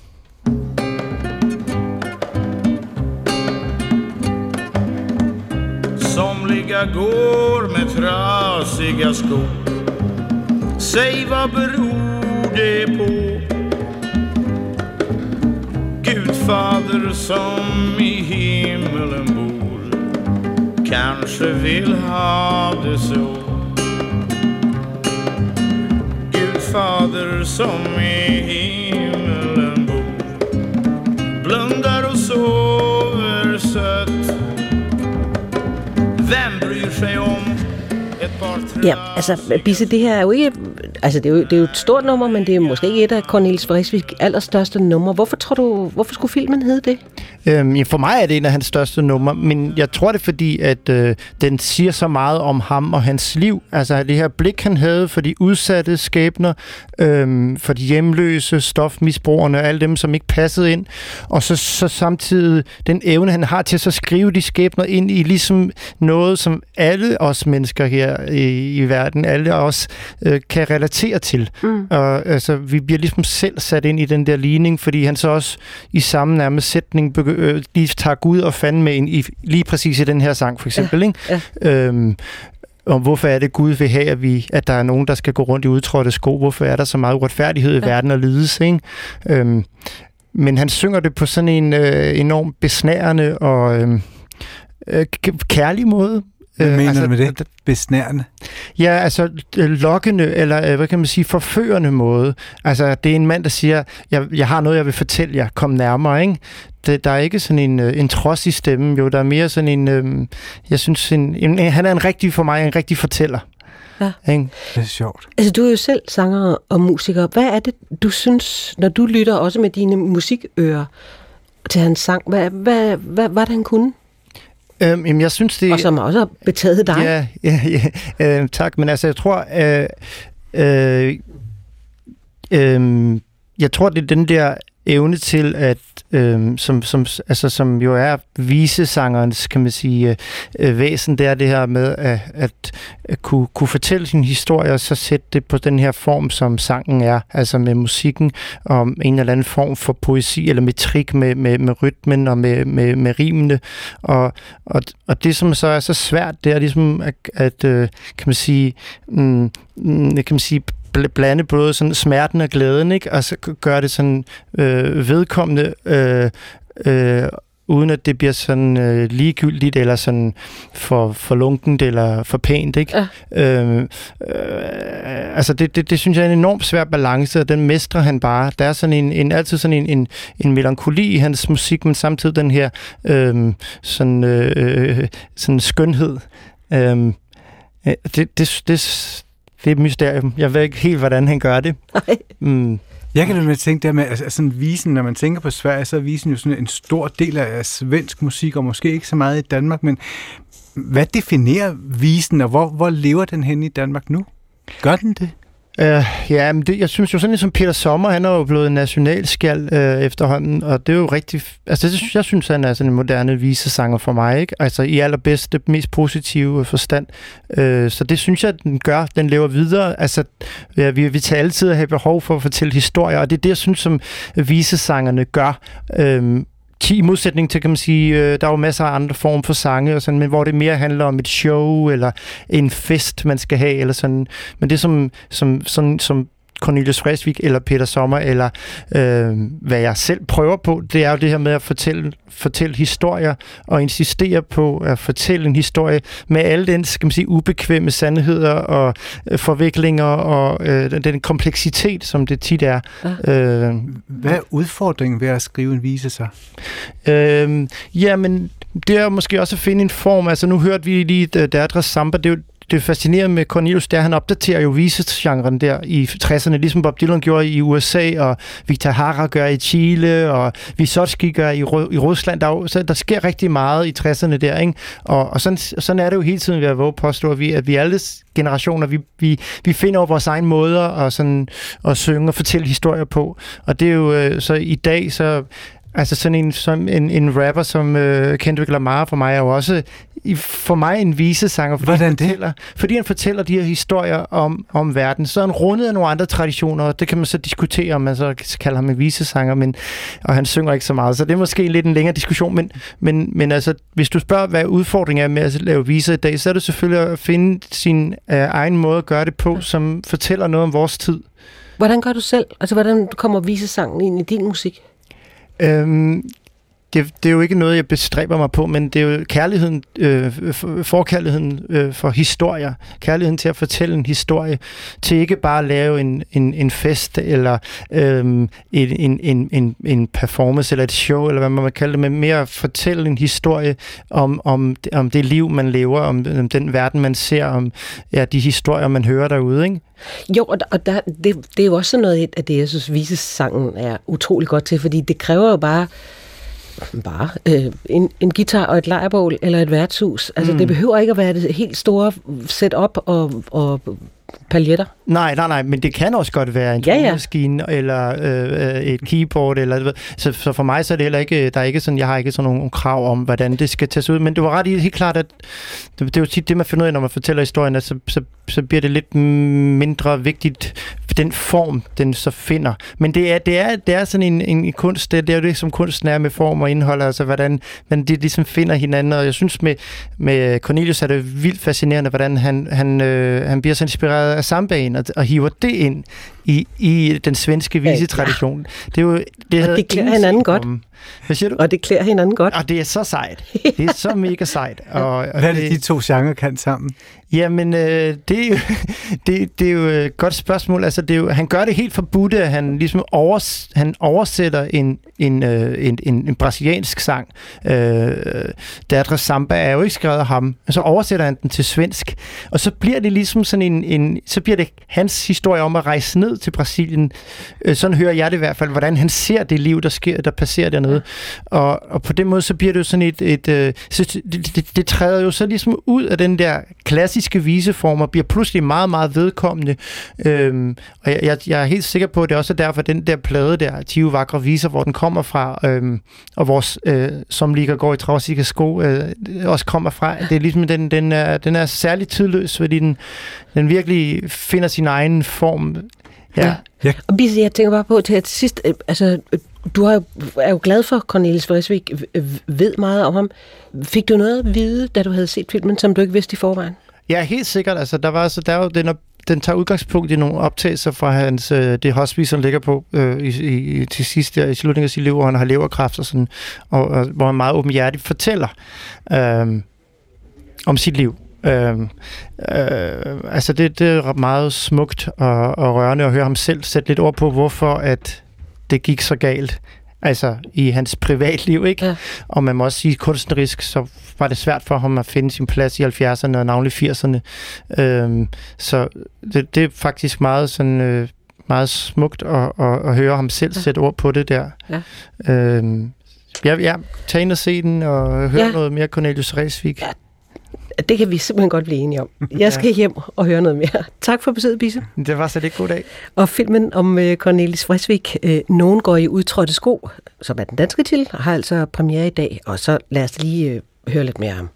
Somliga går med trasiga skor. Säg vad beror det på? Gudfader som i himmelen bor kanske vill ha det så. Gudfader som i himmelen bor blundar och sover sött. Hvem bryr sig om et par træer? Ja, altså Bisse, det her er jo ikke, altså det er jo et stort nummer, men det er måske ikke et af Cornelis Vreeswijks allerstørste numre. Hvorfor skulle filmen hedde det? For mig er det en af hans største numre, men jeg tror det er fordi, at den siger så meget om ham og hans liv. Altså det her blik, han havde for de udsatte skæbner, for de hjemløse, stofmisbrugerne og alle dem, som ikke passede ind. Og så samtidig den evne, han har til at så skrive de skæbner ind i ligesom noget, som alle os mennesker her i verden, alle os kan relatere til. Og altså, vi bliver ligesom selv sat ind i den der ligning, fordi han så også i samme nærmest sætning lige tager Gud og fanden med ind i lige præcis i den her sang, for eksempel. Ikke? Ja. Og hvorfor er det, Gud vil have, at der er nogen, der skal gå rundt i udtrådte sko? Hvorfor er der så meget uretfærdighed i verden og lidelse? Ikke? Men han synger det på sådan en enormt besnærende og kærlig måde. Hvad mener du med det? Besnærende? Ja, altså lokkende, eller hvad kan man sige, forførende måde. Altså, det er en mand, der siger, jeg har noget, jeg vil fortælle jer, kom nærmere, ikke? Der er ikke sådan en trods i stemmen, jo. Der er mere sådan en, jeg synes, han er for mig en rigtig fortæller. Ja. Det er sjovt. Altså, du er jo selv sanger og musiker. Hvad er det, du synes, når du lytter også med dine musikører til hans sang, hvad var det, han kunne? Jamen, jeg synes det... Og som også har betaget dig. Ja, tak. Men altså, jeg tror... jeg tror, det er den der evne til, at som jo er visesangerens, kan man sige, væsen, det er det her med at kunne fortælle sin historie, og så sætte det på den her form, som sangen er, altså med musikken, og en eller anden form for poesi, eller metrik med rytmen, og med rimene, og det, som så er så svært, det er ligesom, at kan man sige, blande både sådan smerten og glæden, ikke? Og så gøre det sådan vedkommende, uden at det bliver sådan ligegyldigt, eller sådan for lunkent, eller for pænt, ikke? Ja. Altså det synes jeg er en enormt svær balance, og den mestrer han bare. Der er sådan altid sådan en melankoli i hans musik, men samtidig den her sådan skønhed. Det er et mysterium. Jeg ved ikke helt, hvordan han gør det. Jeg kan nemlig tænke der med, altså sådan visen, når man tænker på Sverige, så er visen jo sådan en stor del af svensk musik, og måske ikke så meget i Danmark, men hvad definerer visen, og hvor lever den hen i Danmark nu? Gør den det? Ja, men jeg synes jo sådan som Peter Sommer, han er jo blevet nationalskjald efterhånden, og det er jo rigtig... Altså, jeg synes, han er sådan en moderne visesanger for mig, ikke? Altså, i allerbedste, mest positive forstand. Så det synes jeg, den gør. Den lever videre. Altså, ja, vi tager altid at have behov for at fortælle historier, og det er det, jeg synes, som visesangerne gør. I modsætning til, kan man sige, der er jo masser af andre former for sange, og sådan, men hvor det mere handler om et show, eller en fest, man skal have, eller sådan. Men det som Cornelius Vreeswijk eller Peter Sommer, eller hvad jeg selv prøver på, det er jo det her med at fortælle historier, og insistere på at fortælle en historie med alle den, skal man sige, ubekvemme sandheder og forviklinger og den kompleksitet, som det tit er. Ja. Hvad er udfordringen ved at skrive en vise så? Jamen, det er måske også at finde en form. Altså, nu hørte vi lige Deirdre Samba, det er fascinerende med Cornelius, der han opdaterer jo visegenren der i 60'erne, ligesom Bob Dylan gjorde i USA, og Victor Jara gør i Chile, og Vysotsky gør i Rusland. Der sker rigtig meget i 60'erne der, ikke? Og sådan er det jo hele tiden, vi har våget påstå, at vi alle generationer, vi finder over vores egen måder at synge og fortælle historier på. Og det er jo så i dag, så altså sådan en rapper som Kendrick Lamar for mig er jo også for mig en visesanger. Hvordan det? Fordi han fortæller de her historier om verden. Så er han rundet af nogle andre traditioner, og det kan man så diskutere, om man så kalder ham en visesanger, og han synger ikke så meget. Så det er måske lidt en længere diskussion, men altså, hvis du spørger, hvad udfordringen er med at lave viser i dag, så er det selvfølgelig at finde sin egen måde at gøre det på, som fortæller noget om vores tid. Hvordan gør du selv? Altså, hvordan kommer visesangen ind i din musik? Det er jo ikke noget, jeg bestræber mig på, men det er jo kærligheden, forkærligheden for historier. Kærligheden til at fortælle en historie, til ikke bare at lave en fest, eller en performance, eller et show, eller hvad man kalde det, men mere at fortælle en historie om det liv, man lever, om den verden, man ser, om de historier, man hører derude, ikke? Jo, og det er jo også sådan noget af det, jeg synes, visesangen er utrolig godt til, fordi det kræver jo bare bare en guitar og et lejrbål eller et værtshus. Altså, det behøver ikke at være det helt store setup og paljetter. Nej, men det kan også godt være en trommaskine eller et keyboard eller så for mig så er det heller ikke, der er ikke sådan, jeg har ikke sådan nogle krav om hvordan det skal tages ud, men det var ret helt klart at det er jo tit det man finder ud af når man fortæller historien, at så bliver det lidt mindre vigtigt den form den så finder. Men det er sådan en kunst, det er jo det som kunsten er med form og indhold, altså hvordan man de ligesom finder hinanden, og jeg synes med Cornelius er det vildt fascinerende hvordan han bliver så inspireret af sambaen og hiver det ind i den svenske visetradition. Det er jo det klæder hinanden godt. Hvad siger du? Og det klæder hinanden godt. Og det er så sejt. Det er så mega sejt. Og hvad er det, de to genrer kan sammen? Jamen, det er jo et godt spørgsmål. Altså, det er jo, han gør det helt forbudt, at han ligesom han oversætter en brasiliansk sang. Teatro Samba er jo ikke skrevet af ham, men så oversætter han den til svensk. Og så bliver det ligesom sådan så bliver det hans historie om at rejse ned til Brasilien. Sådan hører jeg det i hvert fald, hvordan han ser det liv, der passerer dernede. Og på den måde, så bliver det jo sådan det træder jo så ligesom ud af den der klassiske viseformer, bliver pludselig meget, meget vedkommende. Og jeg er helt sikker på, at det også er derfor, den der plade der, 10 vakre viser, hvor den kommer fra, og vores som ligger går i travsikke sko, også kommer fra. Det er ligesom, den er særligt tidløs, fordi den virkelig finder sin egen form. Ja. Og Bisse, jeg tænker bare på til sidst, altså, du er jo glad for Cornelis Vreeswijk, ved meget om ham. Fik du noget at vide, da du havde set filmen, som du ikke vidste i forvejen? Ja, helt sikkert. Altså, der er jo den tager udgangspunkt i nogle optagelser fra hans, det hospice, som ligger på til sidst der, i slutningen af sit liv, hvor han har leverkræft og sådan, og hvor han meget åbenhjertigt fortæller om sit liv. Altså det er meget smukt og rørende at høre ham selv sætte lidt ord på, hvorfor at det gik så galt. Altså i hans privatliv, ikke? Ja. Og man må også sige, kunstnerisk, så var det svært for ham at finde sin plads i 70'erne og navnlig 80'erne. Så det er faktisk meget sådan meget smukt at høre ham selv sætte ord på det der. Ja. Tag ind og se den og høre noget mere Cornelis Vreeswijk. Ja. Det kan vi simpelthen godt blive enige om. Jeg skal hjem og høre noget mere. Tak for besøget, Bisse. Det var så lidt god dag. Og filmen om Cornelis Vreeswijk, Nogen går i udtrådte sko, som er den danske titel, har altså premiere i dag. Og så lad os lige høre lidt mere om.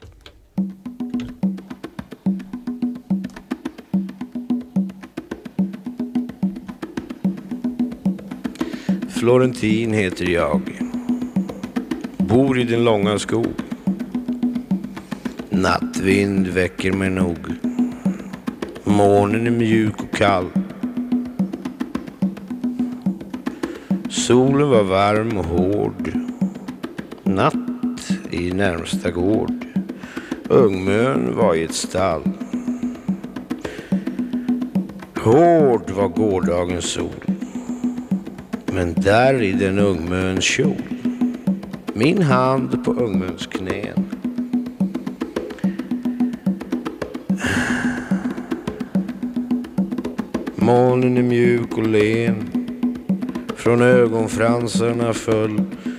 Florentin heter jag. Bor i den långa skog. Nattvind väcker mig nog. Månen är mjuk och kall. Solen var varm och hård. Natt i närmsta gård. Ungmön var i ett stall. Hård var gårdagens sol. Men där i den ungmöns kjol. Min hand på ungmöns knän. Månen är mjuk och len. Från ögonfransarna föll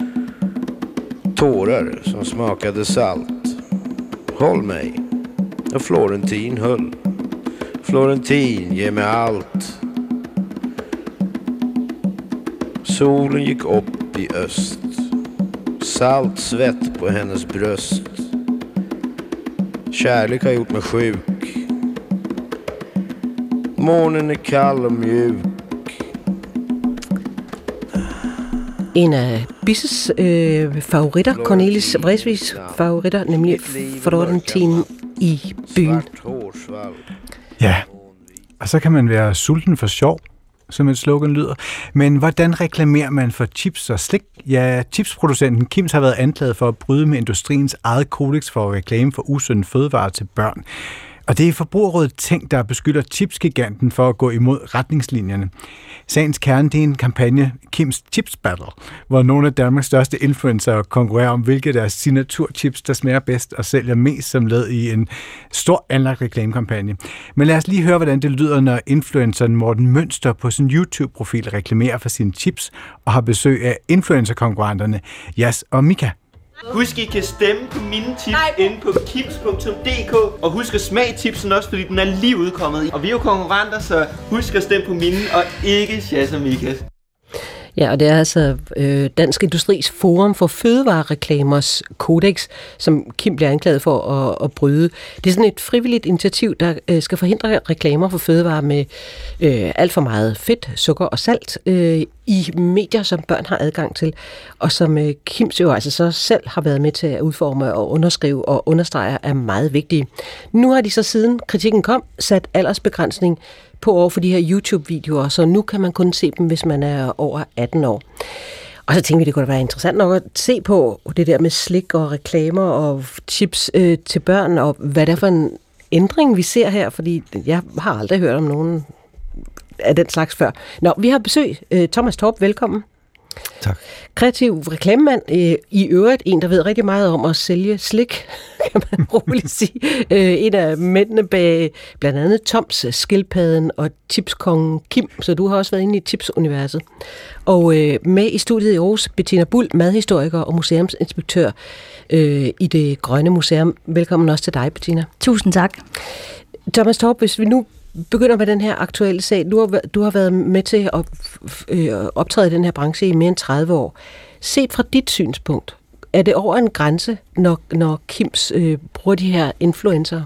tårar som smakade salt. Håll mig. Och Florentin höll. Florentin, ge mig allt. Solen gick upp i öst. Salt svett på hennes bröst. Kärlek har gjort mig sjuk. Månen är kall och mjuk. En af Bisses favoritter, Cornelis Vreeswijks favoritter, nemlig Florentin i byen. Ja, og så kan man være sulten for sjov, som et slogan lyder. Men hvordan reklamerer man for chips og slik? Ja, chipsproducenten Kims har været anklaget for at bryde med industriens eget kodex for reklame for usunde fødevarer til børn. Og det er Forbrugerrådet Tænk, der beskylder chipsgiganten for at gå imod retningslinjerne. Sagens kerne, det er en kampagne, Kims Chips Battle, hvor nogle af Danmarks største influencer konkurrerer om, hvilke deres signaturchips, der smager bedst og sælger mest, som led i en stor anlagt reklamekampagne. Men lad os lige høre, hvordan det lyder, når influenceren Morten Mønster på sin YouTube-profil reklamerer for sine chips og har besøg af influencer-konkurrenterne Jas og Mika. Husk, I kan stemme på mine tips inde på kims.dk, og husk at smage tipsen også, fordi den er lige udkommet. Og vi er jo konkurrenter, så husk at stemme på mine, og ikke Jas og Mikas. Ja, og det er altså Dansk Industris Forum for Fødevarereklamers Kodex, som Kim bliver anklaget for at bryde. Det er sådan et frivilligt initiativ, der skal forhindre reklamer for fødevarer med alt for meget fedt, sukker og salt i medier, som børn har adgang til, og som Kim jo altså så selv har været med til at udforme og underskrive og understrege er meget vigtige. Nu har de så siden kritikken kom sat aldersbegrænsning på over for de her YouTube-videoer, så nu kan man kun se dem, hvis man er over 18 år. Og så tænkte vi, det kunne da være interessant nok at se på det der med slik og reklamer og chips til børn, og hvad det er for en ændring, vi ser her, fordi jeg har aldrig hørt om nogen af den slags før. Nå, vi har besøg. Thomas Torp, velkommen. Tak. Kreativ reklamemand, i øvrigt en, der ved rigtig meget om at sælge slik, kan man roligt sige. En af mændene bag blandt andet Toms, Skildpadden og tipskongen Kim, så du har også været inde i tipsuniverset. Og med i studiet i Aarhus, Bettina Bull, madhistoriker og museumsinspektør i Det Grønne Museum. Velkommen også til dig, Bettina. Tusind tak. Thomas Torp, hvis vi nu begynder med den her aktuelle sag. Du har været med til at optræde i den her branche i mere end 30 år. Set fra dit synspunkt, er det over en grænse, når Kims bruger de her influencer?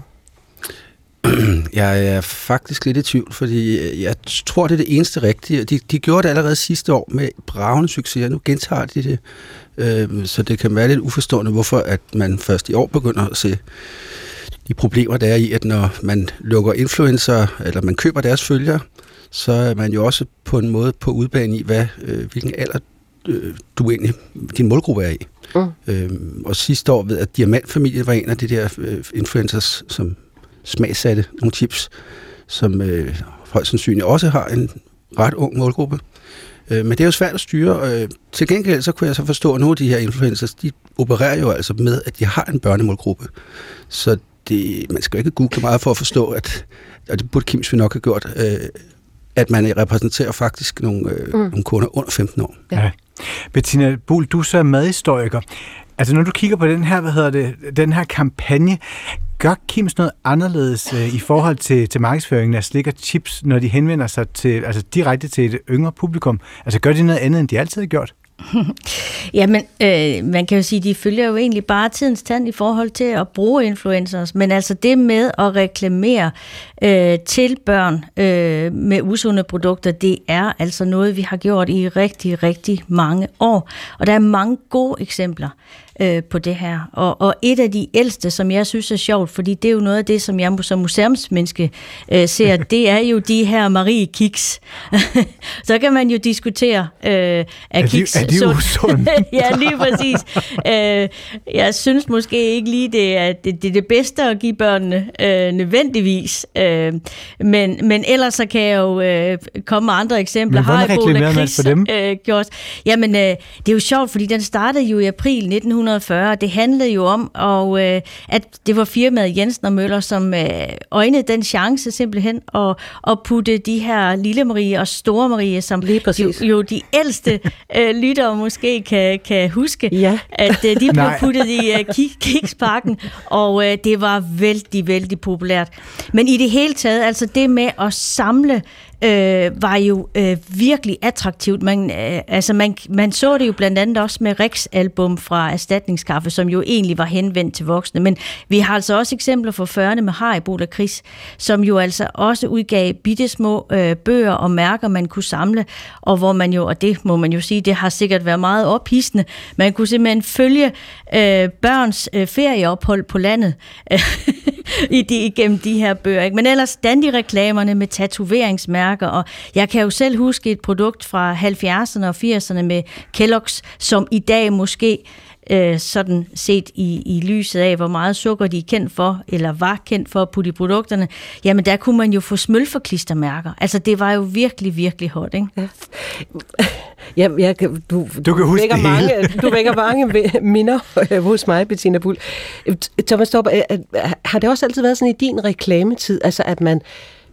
Jeg er faktisk lidt i tvivl, fordi jeg tror, det er det eneste rigtige. De gjorde det allerede sidste år med bragende succes, og nu gentager de det. Så det kan være lidt uforstående, hvorfor at man først i år begynder at se de problemer, der er i, at når man lukker influencer, eller man køber deres følgere, så er man jo også på en måde på udbanen i, hvilken alder du egentlig, din målgruppe er i. Og sidste år ved at Diamantfamilien var en af de der influencers, som smagsatte nogle chips, som højst sandsynligt også har en ret ung målgruppe. Men det er jo svært at styre. Til gengæld så kunne jeg så forstå, at nogle af de her influencers, de opererer jo altså med, at de har en børnemålgruppe. Så man skal jo ikke google meget for at forstå, og det burde Kims vi nok have gjort, at man repræsenterer faktisk nogle kunder under 15 år. Ja. Bettina Bull, du er så madhistoriker. Altså når du kigger på den her, den her kampagne, gør Kims noget anderledes i forhold til markedsføringen af slik og chips, når de henvender sig direkte til et yngre publikum? Altså gør de noget andet, end de altid har gjort? Jamen, man kan jo sige, de følger jo egentlig bare tidens tand i forhold til at bruge influencers, men altså det med at reklamere til børn med usunde produkter, det er altså noget, vi har gjort i rigtig, rigtig mange år, og der er mange gode eksempler på det her. Og et af de ældste, som jeg synes er sjovt, fordi det er jo noget af det, som jeg som museumsmenneske ser, det er jo de her Marie Kiks. Så kan man jo diskutere, er kiks de usunde? Ja, lige præcis. Jeg synes måske ikke lige, det er det bedste at give børnene nødvendigvis. Men ellers så kan jeg jo komme med andre eksempler. Men hvordan reklamerer man for dem? Gjort. Jamen, det er jo sjovt, fordi den startede jo i april 1940. Det handlede jo om, at det var firmaet Jensen og Møller, som øjnede den chance simpelthen at putte de her Lille Marie og Store Marie, som jo de ældste lyttere måske kan huske, ja. At de blev puttet i kikspakken, og det var vældig, vældig populært. Men i det hele taget, altså det med at samle var jo virkelig attraktivt. Man så det jo blandt andet også med Rex-album fra Erstatningskaffe, som jo egentlig var henvendt til voksne. Men vi har altså også eksempler fra 40'erne med Haribo og Chris, som jo altså også udgav bittesmå bøger og mærker, man kunne samle, og hvor man jo, og det må man jo sige, det har sikkert været meget ophidsende, man kunne simpelthen følge børns ferieophold på landet igennem de her bøger. Ikke? Men ellers Dandy-reklamerne med tatoveringsmærker, og jeg kan jo selv huske et produkt fra 70'erne og 80'erne med Kellogg's, som i dag måske sådan set i lyset af, hvor meget sukker de er kendt for, eller var kendt for at putte i produkterne, jamen der kunne man jo få smølferklistermærker. Altså det var jo virkelig, virkelig hot, ikke? Ja. Du kan huske du vækker mange minder hos mig, Bettina Buhl. Thomas Storp, har det også altid været sådan i din reklametid, altså at man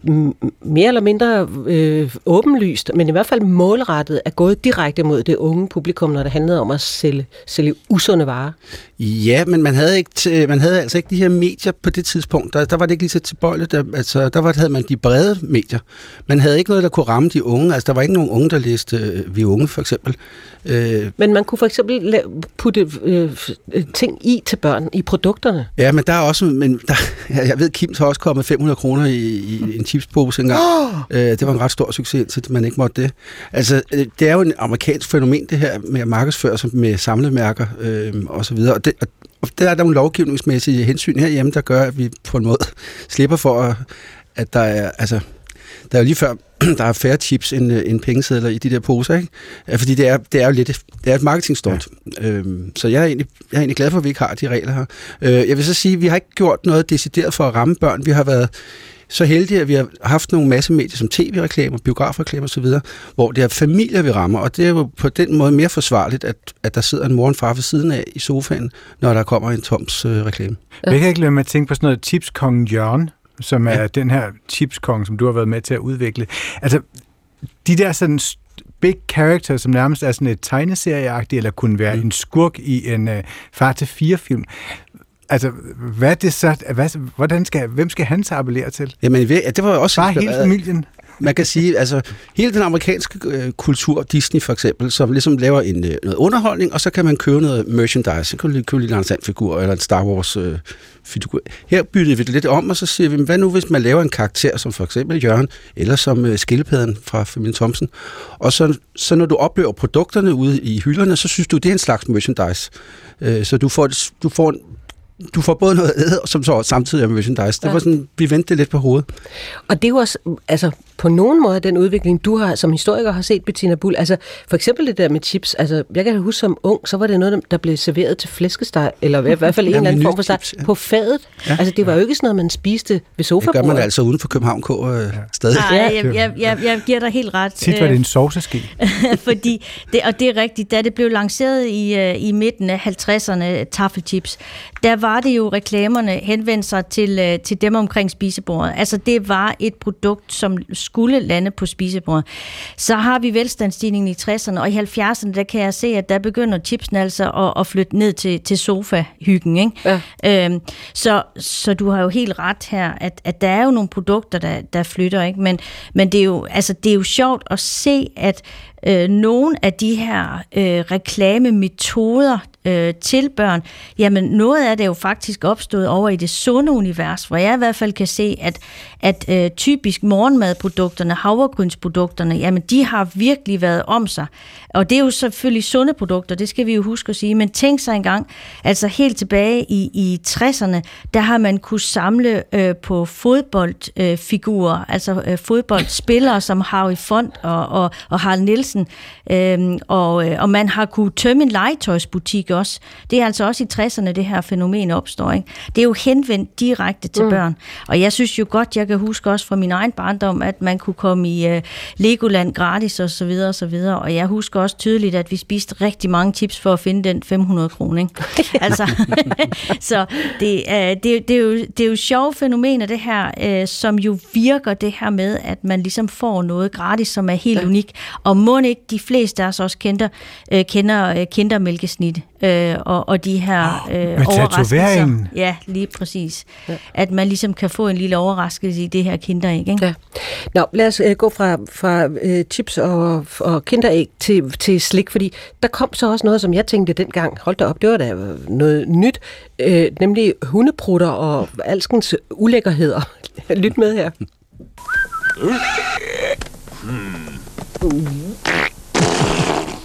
mere eller mindre åbenlyst, men i hvert fald målrettet er gået direkte mod det unge publikum, når det handlede om at sælge usunde varer? Ja, men man havde altså ikke de her medier på det tidspunkt. Der var det ikke lige så tilbøjeligt. Der havde man de brede medier. Man havde ikke noget, der kunne ramme de unge. Altså, der var ikke nogen unge, der læste Vi Unge, for eksempel. Men man kunne for eksempel putte ting til børn i produkterne. Ja, men der er også... jeg ved, Kim har også kommet 500 kroner i en chipspose engang. Det var en ret stor succes, indtil man ikke måtte det. Altså, det er jo en amerikansk fænomen, det her med at markedsføre sig med samlemærker og så videre. Og der er nogle lovgivningsmæssige hensyn herhjemme, der gør, at vi på en måde slipper for, at der er... Altså, der er jo lige før, der er færre chips end pengesedler i de der poser, ikke? Fordi det er jo lidt... Det er et marketingstunt. Ja. Så jeg er egentlig glad for, at vi ikke har de regler her. Jeg vil så sige, at vi har ikke gjort noget decideret for at ramme børn. Vi har været så heldige, at vi har haft nogle masse medier som tv-reklamer, biografreklamer osv., hvor det er familier, vi rammer, og det er jo på den måde mere forsvarligt, at der sidder en mor og en far ved siden af i sofaen, når der kommer en Toms reklame. Jeg kan ikke lade mig at tænke på sådan noget chipskongen Jørgen, som er den her chipskong, som du har været med til at udvikle. Altså, de der sådan big characters, som nærmest er sådan et tegneserieagtigt, eller kunne være en skurk i en Far til 4-film. Altså, hvad er det så? Hvem skal han så appellere til? Jamen, det var jo også... Bare hele familien? Man kan sige, altså, hele den amerikanske kultur, Disney for eksempel, som ligesom laver noget underholdning, og så kan man købe noget merchandise. Så kan man købe en figur eller en Star Wars figur. Her byttede vi det lidt om, og så siger vi, hvad nu hvis man laver en karakter, som for eksempel Jørgen, eller som skildpadden fra familien Thomsen, og så når du oplever produkterne ude i hylderne, så synes du, det er en slags merchandise. Så du får både noget æd, som så samtidig er merchandise. Det var sådan, vi vendte det lidt på hovedet. Og det er jo også, altså på nogen måde den udvikling, du har som historiker har set, Bettina Buhl, altså for eksempel det der med chips, altså jeg kan huske som ung, så var det noget, der blev serveret til flæskesteg, eller i hvert fald en eller anden form for steg, på fadet. Ja. Altså det var jo ikke sådan noget, man spiste ved sofabordet. Det gør man altså uden for København K stadig. Nej, jeg giver dig helt ret. Tit var det en sovseske. Fordi, og det er rigtigt, da det blev lanceret i midten af 50'erne, taffelchips, der var det jo reklamerne henvendte sig til dem omkring spisebordet. Altså det var et produkt, som skulle lande på spisebordet. Så har vi velstandsstigningen i 60'erne, og i 70'erne, der kan jeg se, at der begynder chipsen altså at flytte ned til sofa-hyggen, ikke? Ja. Så du har jo helt ret her, at der er jo nogle produkter, der flytter, ikke? Men det er jo sjovt at se, at nogle af de her reklamemetoder til børn, jamen noget af det er jo faktisk opstået over i det sunde univers, hvor jeg i hvert fald kan se, at typisk morgenmadprodukterne, havregrynsprodukterne, jamen de har virkelig været om sig. Og det er jo selvfølgelig sunde produkter, det skal vi jo huske at sige, men tænk sig engang, altså helt tilbage i 60'erne, der har man kunne samle på fodboldfigurer, altså fodboldspillere som Harry Font og Harald Nielsen, og man har kunne tømme en legetøjsbutik også. Det er altså også i 60'erne, det her fænomen opstår, ikke? Det er jo henvendt direkte til børn. Og jeg synes jo godt, jeg kan huske også fra min egen barndom, at man kunne komme i Legoland gratis og så videre og så videre. Og jeg husker også tydeligt, at vi spiste rigtig mange chips for at finde den 500 kroner, ikke? Altså, så det er jo sjove fænomener, det her, som jo virker det her med, at man ligesom får noget gratis, som er helt unik. Og må ikke de fleste af os også kender kindermælkesnit og de her overraskelser. Ja, lige præcis. Ja. At man ligesom kan få en lille overraskelse i det her kinderæg, ikke? Ja. Nå, lad os gå fra chips og kinderæg til slik, fordi der kom så også noget, som jeg tænkte dengang, hold da op, det var da noget nyt, nemlig hundeprutter og alskens ulækkerheder. Lyt med her.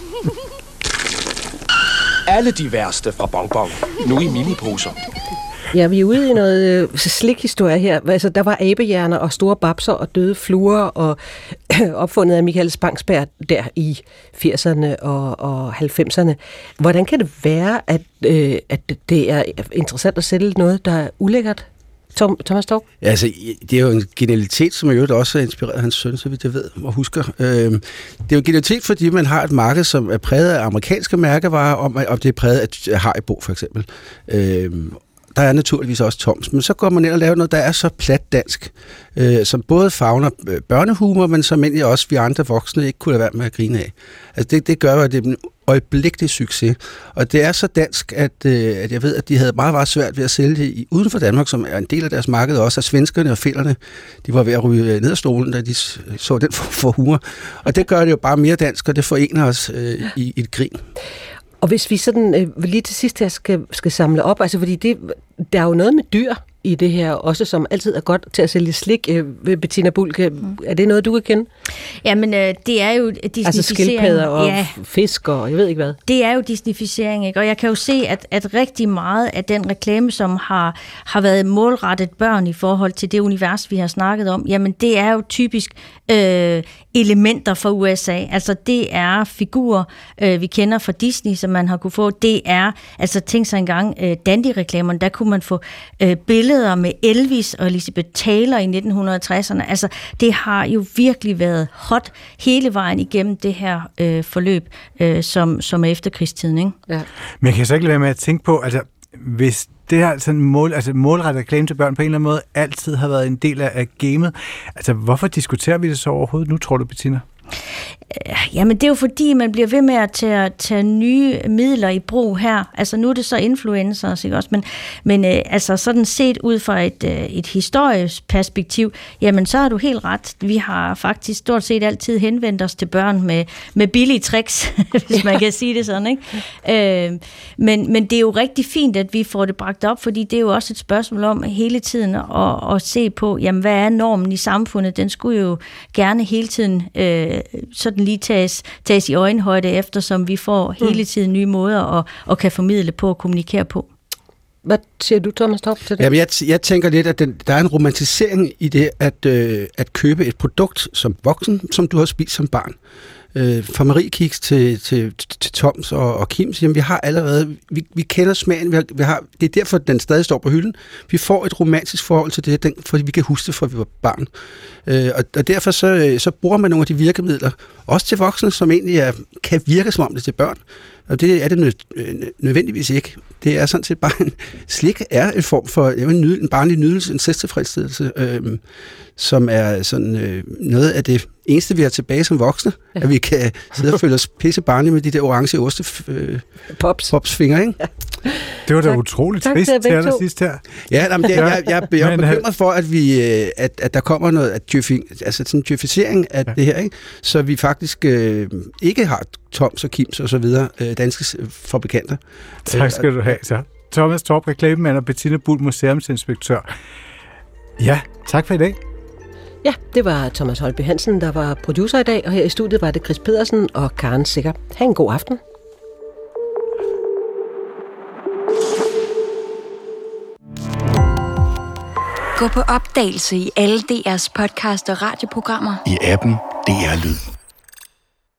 Alle de værste fra Bonbon, nu i miniposer. Ja, vi er ude i noget slikhistorie her. Altså, der var abehjerner og store babser og døde fluer og opfundet af Michael Spangsberg der i 80'erne og 90'erne. Hvordan kan det være, at det er interessant at sælge noget, der er ulækkert? Thomas Torp? Ja, altså, det er jo en genialitet, som jo også har inspireret hans søn, så vidt jeg ved og husker. Det er jo en genialitet, fordi man har et marked, som er præget af amerikanske mærkevarer, om det er præget af Haribo, for eksempel. Der er naturligvis også Toms, men så går man ind og laver noget, der er så plat dansk, som både favner børnehumor, men som egentlig også vi andre voksne ikke kunne lade være med at grine af. Altså det gør, at det er en øjeblikkelig succes. Og det er så dansk, at jeg ved, at de havde meget svært ved at sælge det uden for Danmark, som er en del af deres marked, også af svenskerne og fællerne. De var ved at ryge ned ad stolen, da de så den for humor. Og det gør det jo bare mere dansk, og det forener os i et grin. Og hvis vi sådan lige til sidst her skal samle op, altså fordi der er jo noget med dyr i det her, også som altid er godt til at sælge slik. Bettina Bulke, er det noget, du kan kende? Jamen, det er jo disneyficering. Altså skildpadder og fisk og jeg ved ikke hvad. Det er jo disneyficering, ikke? Og jeg kan jo se, at rigtig meget af den reklame, som har været målrettet børn i forhold til det univers, vi har snakket om, jamen det er jo typisk elementer fra USA. Altså det er figurer, vi kender fra Disney, som man har kunne få. Det er, altså tænk sig engang, Dandy-reklamerne, der kunne man få billeder med Elvis og Elizabeth Taylor i 1960'erne. Altså det har jo virkelig været hot hele vejen igennem det her forløb, som er efterkrigstiden, ikke? Ja. Men jeg kan så ikke lade være med at tænke på, altså hvis det her sådan målrettet reklame til børn på en eller anden måde altid har været en del af gamet, altså hvorfor diskuterer vi det så overhovedet nu, tror du, Bettina? Jamen det er jo fordi, man bliver ved med at tage nye midler i brug her. Altså nu er det så influencers, ikke også? Men altså sådan set ud fra et historisk perspektiv, jamen så har du helt ret. Vi har faktisk stort set altid henvendt os til børn med billige tricks, hvis man kan sige det sådan, ikke? Men det er jo rigtig fint, at vi får det bragt op, fordi det er jo også et spørgsmål om hele tiden at se på, jamen hvad er normen i samfundet? Den skulle jo gerne hele tiden sådan lige tages i øjenhøjde, eftersom vi får hele tiden nye måder og kan formidle på og kommunikere på. Hvad siger du, Thomas Torp, til det? Jamen, jeg tænker lidt, at der er en romantisering i det, at købe et produkt som voksen, som du har spist som barn. Fra Marie Kiks til Toms og Kims, jamen vi har allerede, vi kender smagen, vi har, det er derfor, den stadig står på hylden. Vi får et romantisk forhold til det, fordi vi kan huske det, fra vi var barn. Og derfor så bruger man nogle af de virkemidler, også til voksne, som egentlig kan virke som om det til børn. Og det er det nødvendigvis ikke. Det er sådan set bare slik er en form for en barnlig nydelse, en selvtilfredsstillelse, som er sådan noget af det eneste, vi har tilbage som voksne, at vi kan sidde og føle os pisse barnlige med de der orange popsfingre, ikke? Ja. Det var da utroligt trist til allersidst her. Ja, jamen, jeg er bekymret for, at der kommer noget af altså sådan en djøfisering af det her, ikke? Så vi faktisk ikke har Toms og Kims og så videre, danske fabrikanter. Tak skal du have, så. Thomas Torp, reklamemand, og Bettina Bulke, museumsinspektør. Ja, tak for i dag. Ja, det var Thomas Holby Hansen, der var producer i dag, og her i studiet var det Chris Pedersen og Karen Sikker. Ha' en god aften. Gå på opdagelse i alle DR's podcast og radioprogrammer. I appen DR Lyd.